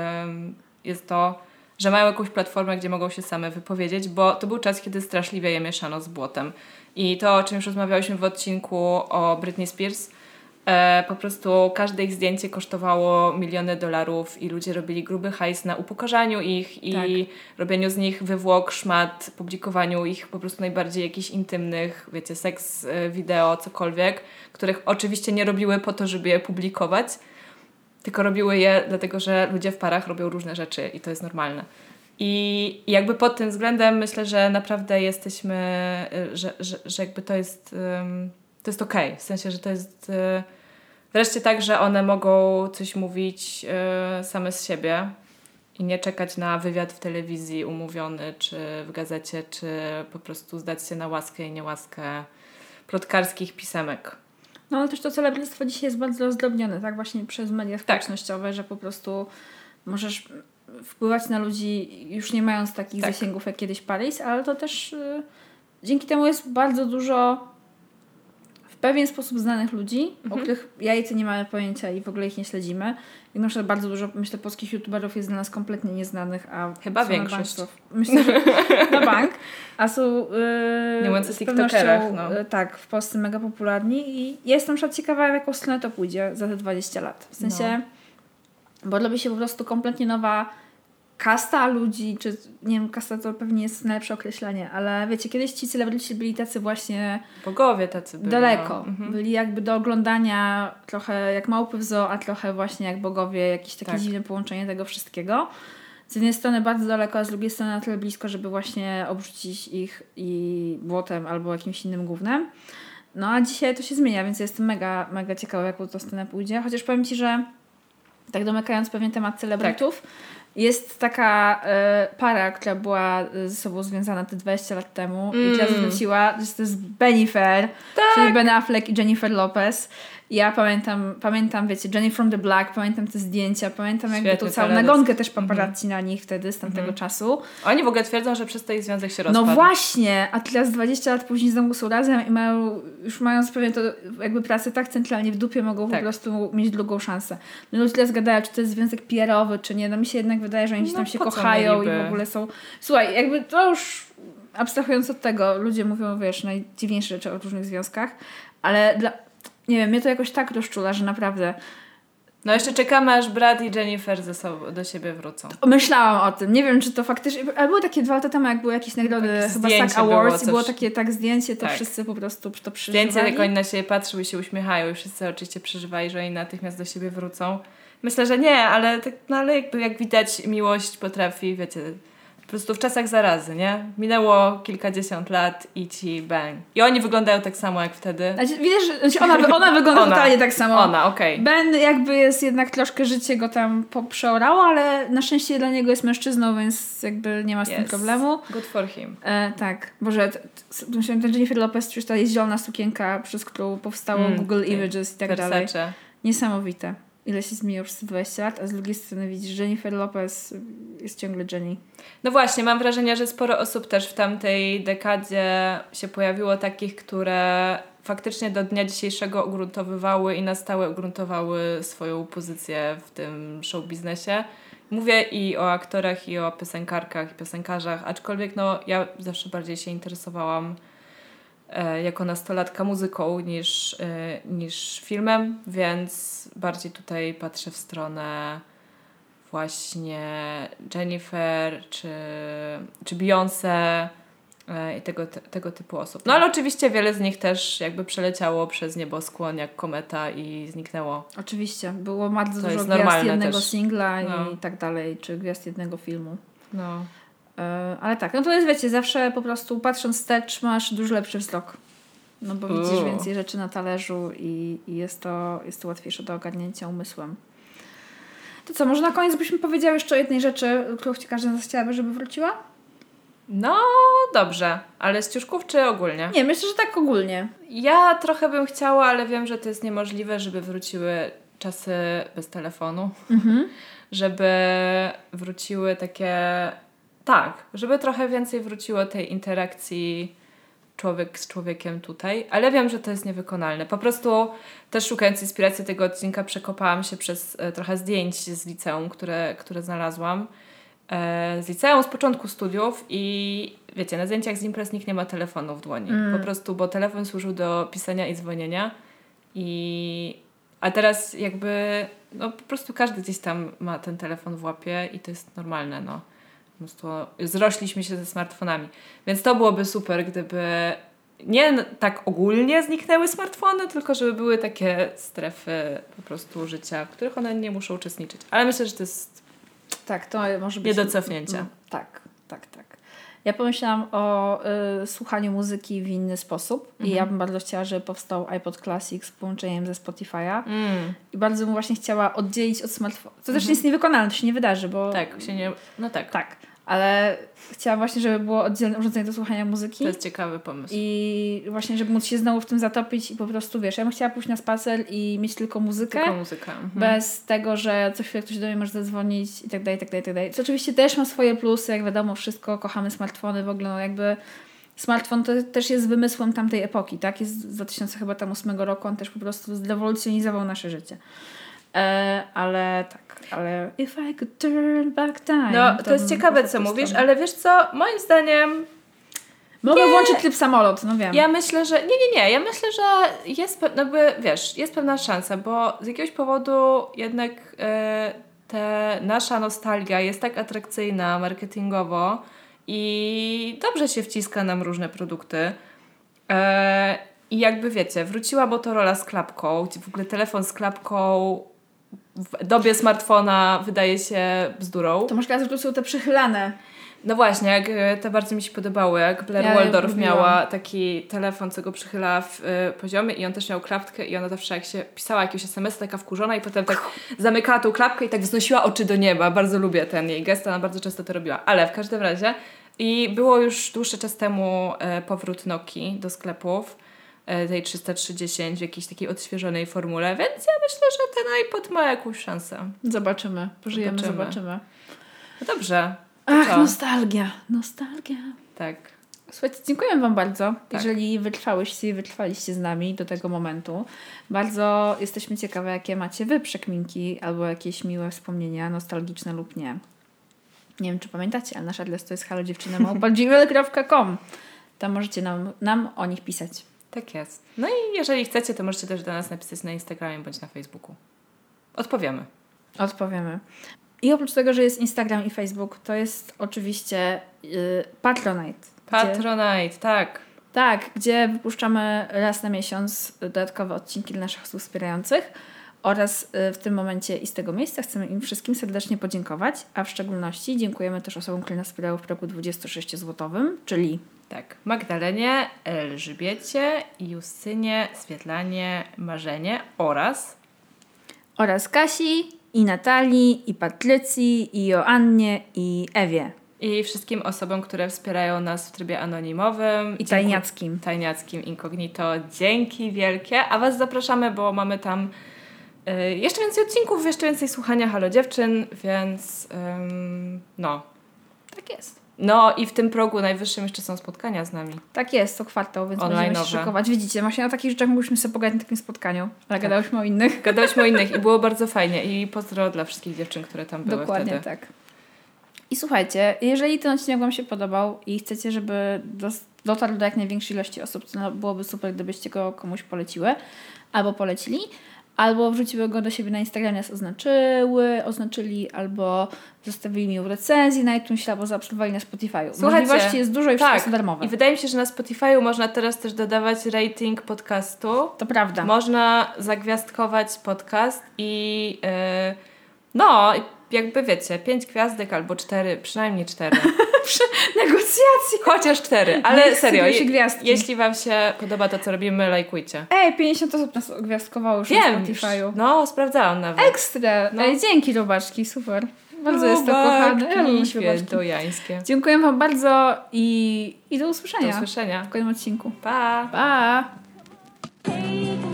jest to, że mają jakąś platformę, gdzie mogą się same wypowiedzieć, bo to był czas, kiedy straszliwie je mieszano z błotem. I to, o czym już rozmawiałyśmy w odcinku o Britney Spears, po prostu każde ich zdjęcie kosztowało miliony dolarów i ludzie robili gruby hajs na upokarzaniu ich i robieniu z nich wywłok, szmat, publikowaniu ich po prostu najbardziej jakichś intymnych, wiecie, seks, wideo, cokolwiek, których oczywiście nie robiły po to, żeby je publikować, tylko robiły je dlatego, że ludzie w parach robią różne rzeczy i to jest normalne. I jakby pod tym względem myślę, że naprawdę jesteśmy, że jakby to jest okej. W sensie, że to jest wreszcie tak, że one mogą coś mówić same z siebie i nie czekać na wywiad w telewizji umówiony, czy w gazecie, czy po prostu zdać się na łaskę i niełaskę plotkarskich pisemek. No ale też to celebryctwo dzisiaj jest bardzo rozdrobnione, tak? Właśnie przez media społecznościowe, że po prostu możesz wpływać na ludzi już nie mając takich zasięgów jak kiedyś Paris, ale to też dzięki temu jest bardzo dużo pewien sposób znanych ludzi, o których ja i ty nie mamy pojęcia i w ogóle ich nie śledzimy. I na przykład bardzo dużo, myślę, polskich youtuberów jest dla nas kompletnie nieznanych, a chyba większość. Myślę, że na bank, a są nie mówiąc o tiktokerach, tak, w Polsce mega popularni i ja jestem na przykład ciekawa, w jaką stronę to pójdzie za te 20 lat. W sensie, bo robi się po prostu kompletnie nowa kasta ludzi, czy nie wiem, kasta to pewnie jest najlepsze określenie, ale wiecie, kiedyś ci celebryci byli tacy właśnie bogowie tacy byli. Daleko. Byli jakby do oglądania trochę jak małpy w zoo, a trochę właśnie jak bogowie, jakieś takie dziwne połączenie tego wszystkiego. Z jednej strony bardzo daleko, a z drugiej strony na tyle blisko, żeby właśnie obrzucić ich i błotem albo jakimś innym gównem. No a dzisiaj to się zmienia, więc jestem mega, mega ciekawa, jaką to stronę pójdzie. Chociaż powiem ci, że tak domykając pewien temat celebrytów, jest taka para, która była ze sobą związana te 20 lat temu i która zwróciła, że to jest Bennifer, czyli Ben Affleck i Jennifer Lopez. Ja pamiętam, wiecie, Jenny from the Block, pamiętam te zdjęcia, pamiętam jakby tą całą nagonkę też paparazzi na nich wtedy, z tamtego czasu. Oni w ogóle twierdzą, że przez to ich związek się rozpadł. No właśnie, a teraz 20 lat później znowu są razem i już mają pewnie to jakby pracę tak centralnie w dupie, mogą po prostu mieć drugą szansę. No ludzie teraz gadają, czy to jest związek PR-owy, czy nie. No mi się jednak wydaje, że oni tam się kochają i w ogóle są... Słuchaj, jakby to już abstrahując od tego, ludzie mówią, wiesz, najdziwniejsze rzeczy o różnych związkach, ale nie wiem, mnie to jakoś tak rozczula, że naprawdę... No jeszcze czekamy, aż Brad i Jennifer ze sobą do siebie wrócą. Myślałam o tym. Nie wiem, czy to faktycznie... Ale były takie 2 lata temu, jak były jakieś nagrody, chyba SAG Awards i było takie zdjęcie, to wszyscy po prostu to przeżywali. Zdjęcie, jak oni na siebie patrzą i się uśmiechają i wszyscy oczywiście przeżywali, że oni natychmiast do siebie wrócą. Myślę, że nie, ale jakby jak widać miłość potrafi, wiecie... Po prostu w czasach zarazy, nie? Minęło kilkadziesiąt lat i ci bang. I oni wyglądają tak samo jak wtedy. Znaczy, widzisz, ona wygląda totalnie tak samo. Okej. Ben jakby jest jednak troszkę życie go tam przeorało, ale na szczęście dla niego jest mężczyzną, więc jakby nie ma z tym problemu. Good for him. Tak. Boże, ten Jennifer Lopez, przecież ta jest zielona sukienka, przez którą powstało Google Images i tak dalej. Niesamowite. Ile się zmieniło przez 20 lat, a z drugiej strony widzisz, Jennifer Lopez jest ciągle Jenny. No właśnie, mam wrażenie, że sporo osób też w tamtej dekadzie się pojawiło takich, które faktycznie do dnia dzisiejszego ugruntowywały i na stałe ugruntowały swoją pozycję w tym show biznesie. Mówię i o aktorach, i o piosenkarkach, i piosenkarzach, aczkolwiek ja zawsze bardziej się interesowałam jako nastolatka muzyką niż filmem, więc bardziej tutaj patrzę w stronę właśnie Jennifer czy Beyoncé i tego typu osób. No ale oczywiście wiele z nich też jakby przeleciało przez nieboskłon jak kometa i zniknęło. Oczywiście. Było bardzo dużo gwiazd jednego singla i tak dalej, czy gwiazd jednego filmu. No. Ale tak, no to jest, wiecie, zawsze po prostu patrząc wstecz masz dużo lepszy wzrok. No bo widzisz więcej rzeczy na talerzu i jest to łatwiejsze do ogarnięcia umysłem. To co, może na koniec byśmy powiedziały jeszcze o jednej rzeczy, którą każda z nas chciałaby, żeby wróciła? No dobrze, ale z ciuszków czy ogólnie? Nie, myślę, że tak ogólnie. Ja trochę bym chciała, ale wiem, że to jest niemożliwe, żeby wróciły czasy bez telefonu. Żeby wróciły takie... Tak, żeby trochę więcej wróciło tej interakcji człowiek z człowiekiem tutaj, ale wiem, że to jest niewykonalne. Po prostu też szukając inspiracji tego odcinka przekopałam się przez trochę zdjęć z liceum, które znalazłam. Z liceum, z początku studiów i wiecie, na zdjęciach z imprez nikt nie ma telefonu w dłoni. Po prostu, bo telefon służył do pisania i dzwonienia a teraz jakby po prostu każdy gdzieś tam ma ten telefon w łapie i to jest normalne, Po prostu zrośliśmy się ze smartfonami. Więc to byłoby super, gdyby nie tak ogólnie zniknęły smartfony, tylko żeby były takie strefy po prostu życia, w których one nie muszą uczestniczyć. Ale myślę, że to jest to może być nie do cofnięcia. Tak. Ja pomyślałam o słuchaniu muzyki w inny sposób i ja bym bardzo chciała, żeby powstał iPod Classic z połączeniem ze Spotify'a i bardzo bym właśnie chciała oddzielić od smartfona. To też jest niewykonalne, to się nie wydarzy, bo... Tak. Ale chciałam właśnie, żeby było oddzielne urządzenie do słuchania muzyki. To jest ciekawy pomysł. I właśnie, żeby móc się znowu w tym zatopić i po prostu, wiesz, ja bym chciała pójść na spacer i mieć tylko muzykę. Bez tego, że co chwilę ktoś do mnie może zadzwonić i tak dalej. Co oczywiście też ma swoje plusy, jak wiadomo, wszystko, kochamy smartfony, w ogóle jakby smartfon to też jest wymysłem tamtej epoki, tak? Jest z 2008 roku, on też po prostu zrewolucjonizował nasze życie. Ale if I could turn back time. No, to jest ciekawe, co mówisz, ale wiesz co, moim zdaniem mogę włączyć tryb samolot, no wiem. Ja myślę, że... Nie. Ja myślę, że jest pewna szansa, bo z jakiegoś powodu jednak nasza nostalgia jest tak atrakcyjna marketingowo i dobrze się wciska nam różne produkty. I jakby wiecie, wróciła Motorola z klapką, gdzie w ogóle telefon z klapką w dobie smartfona wydaje się bzdurą. To może teraz już są te przychylane. No właśnie, jak te bardzo mi się podobały, jak Blair Waldorf miała taki telefon, co go przychylała w poziomie i on też miał klapkę i ona zawsze jak się pisała jakiegoś SMS taka wkurzona i potem tak zamykała tą klapkę i tak wznosiła oczy do nieba. Bardzo lubię ten jej gest, ona bardzo często to robiła. Ale w każdym razie i było już dłuższy czas temu powrót Nokii do sklepów, tej 330 w jakiejś takiej odświeżonej formule, więc ja myślę, że ten iPod ma jakąś szansę. Zobaczymy, pożyjemy, zobaczymy. No dobrze. Ach, nostalgia. Tak. Słuchajcie, dziękuję Wam bardzo, jeżeli wytrwałyście i wytrwaliście z nami do tego momentu. Bardzo jesteśmy ciekawe, jakie macie Wy przekminki albo jakieś miłe wspomnienia, nostalgiczne lub nie. Nie wiem, czy pamiętacie, ale nasz adres to jest halo@gmail.com. Tam możecie nam o nich pisać. Tak jest. No i jeżeli chcecie, to możecie też do nas napisać na Instagramie bądź na Facebooku. Odpowiemy. I oprócz tego, że jest Instagram i Facebook, to jest oczywiście Patronite. Patronite, tak. Tak, gdzie wypuszczamy raz na miesiąc dodatkowe odcinki dla naszych osób wspierających oraz w tym momencie i z tego miejsca chcemy im wszystkim serdecznie podziękować, a w szczególności dziękujemy też osobom, które nas wspierały w roku 26-złotowym, czyli tak, Magdalenie, Elżbiecie, Justynie, Swietlanie, Marzenie oraz Kasi, i Natalii, i Patrycji, i Joannie, i Ewie. I wszystkim osobom, które wspierają nas w trybie anonimowym. I tajniackim. Tajniackim, incognito. Dzięki wielkie. A Was zapraszamy, bo mamy tam jeszcze więcej odcinków, jeszcze więcej słuchania Halo Dziewczyn, więc no. Tak jest. No i w tym progu najwyższym jeszcze są spotkania z nami. Tak jest, co kwartał, więc będziemy się szykować. Widzicie, właśnie o takich rzeczach mogliśmy sobie pogadać na takim spotkaniu, ale gadałyśmy o innych. Gadałyśmy o innych i było bardzo fajnie. I pozdro dla wszystkich dziewczyn, które tam były. Dokładnie wtedy. tak. I słuchajcie, jeżeli ten odcinek Wam się podobał i chcecie, żeby dotarł do jak największej ilości osób, to byłoby super, gdybyście go komuś poleciły albo polecili, albo wrzuciły go do siebie na Instagramie, nas oznaczyli, albo zostawili mi recenzję na iTunesie, albo zaobserwowali na Spotify'u. Możliwości jest dużo i wszystko jest darmowe. I wydaje mi się, że na Spotify'u można teraz też dodawać rating podcastu. To prawda. Można zagwiazdkować podcast i jakby wiecie, 5 gwiazdek albo 4, przynajmniej 4. Negocjacji. Chociaż 4, ale serio, jeśli Wam się podoba to, co robimy, lajkujcie. 50 osób nas gwiazdkowało już na Spotify'u. No, sprawdzałam nawet. Ekstra. No. Dzięki, robaczki, super. Bardzo jest to kochane. Świętojańskie. Dziękuję Wam bardzo i do usłyszenia. Do usłyszenia. W kolejnym odcinku. Pa! Pa!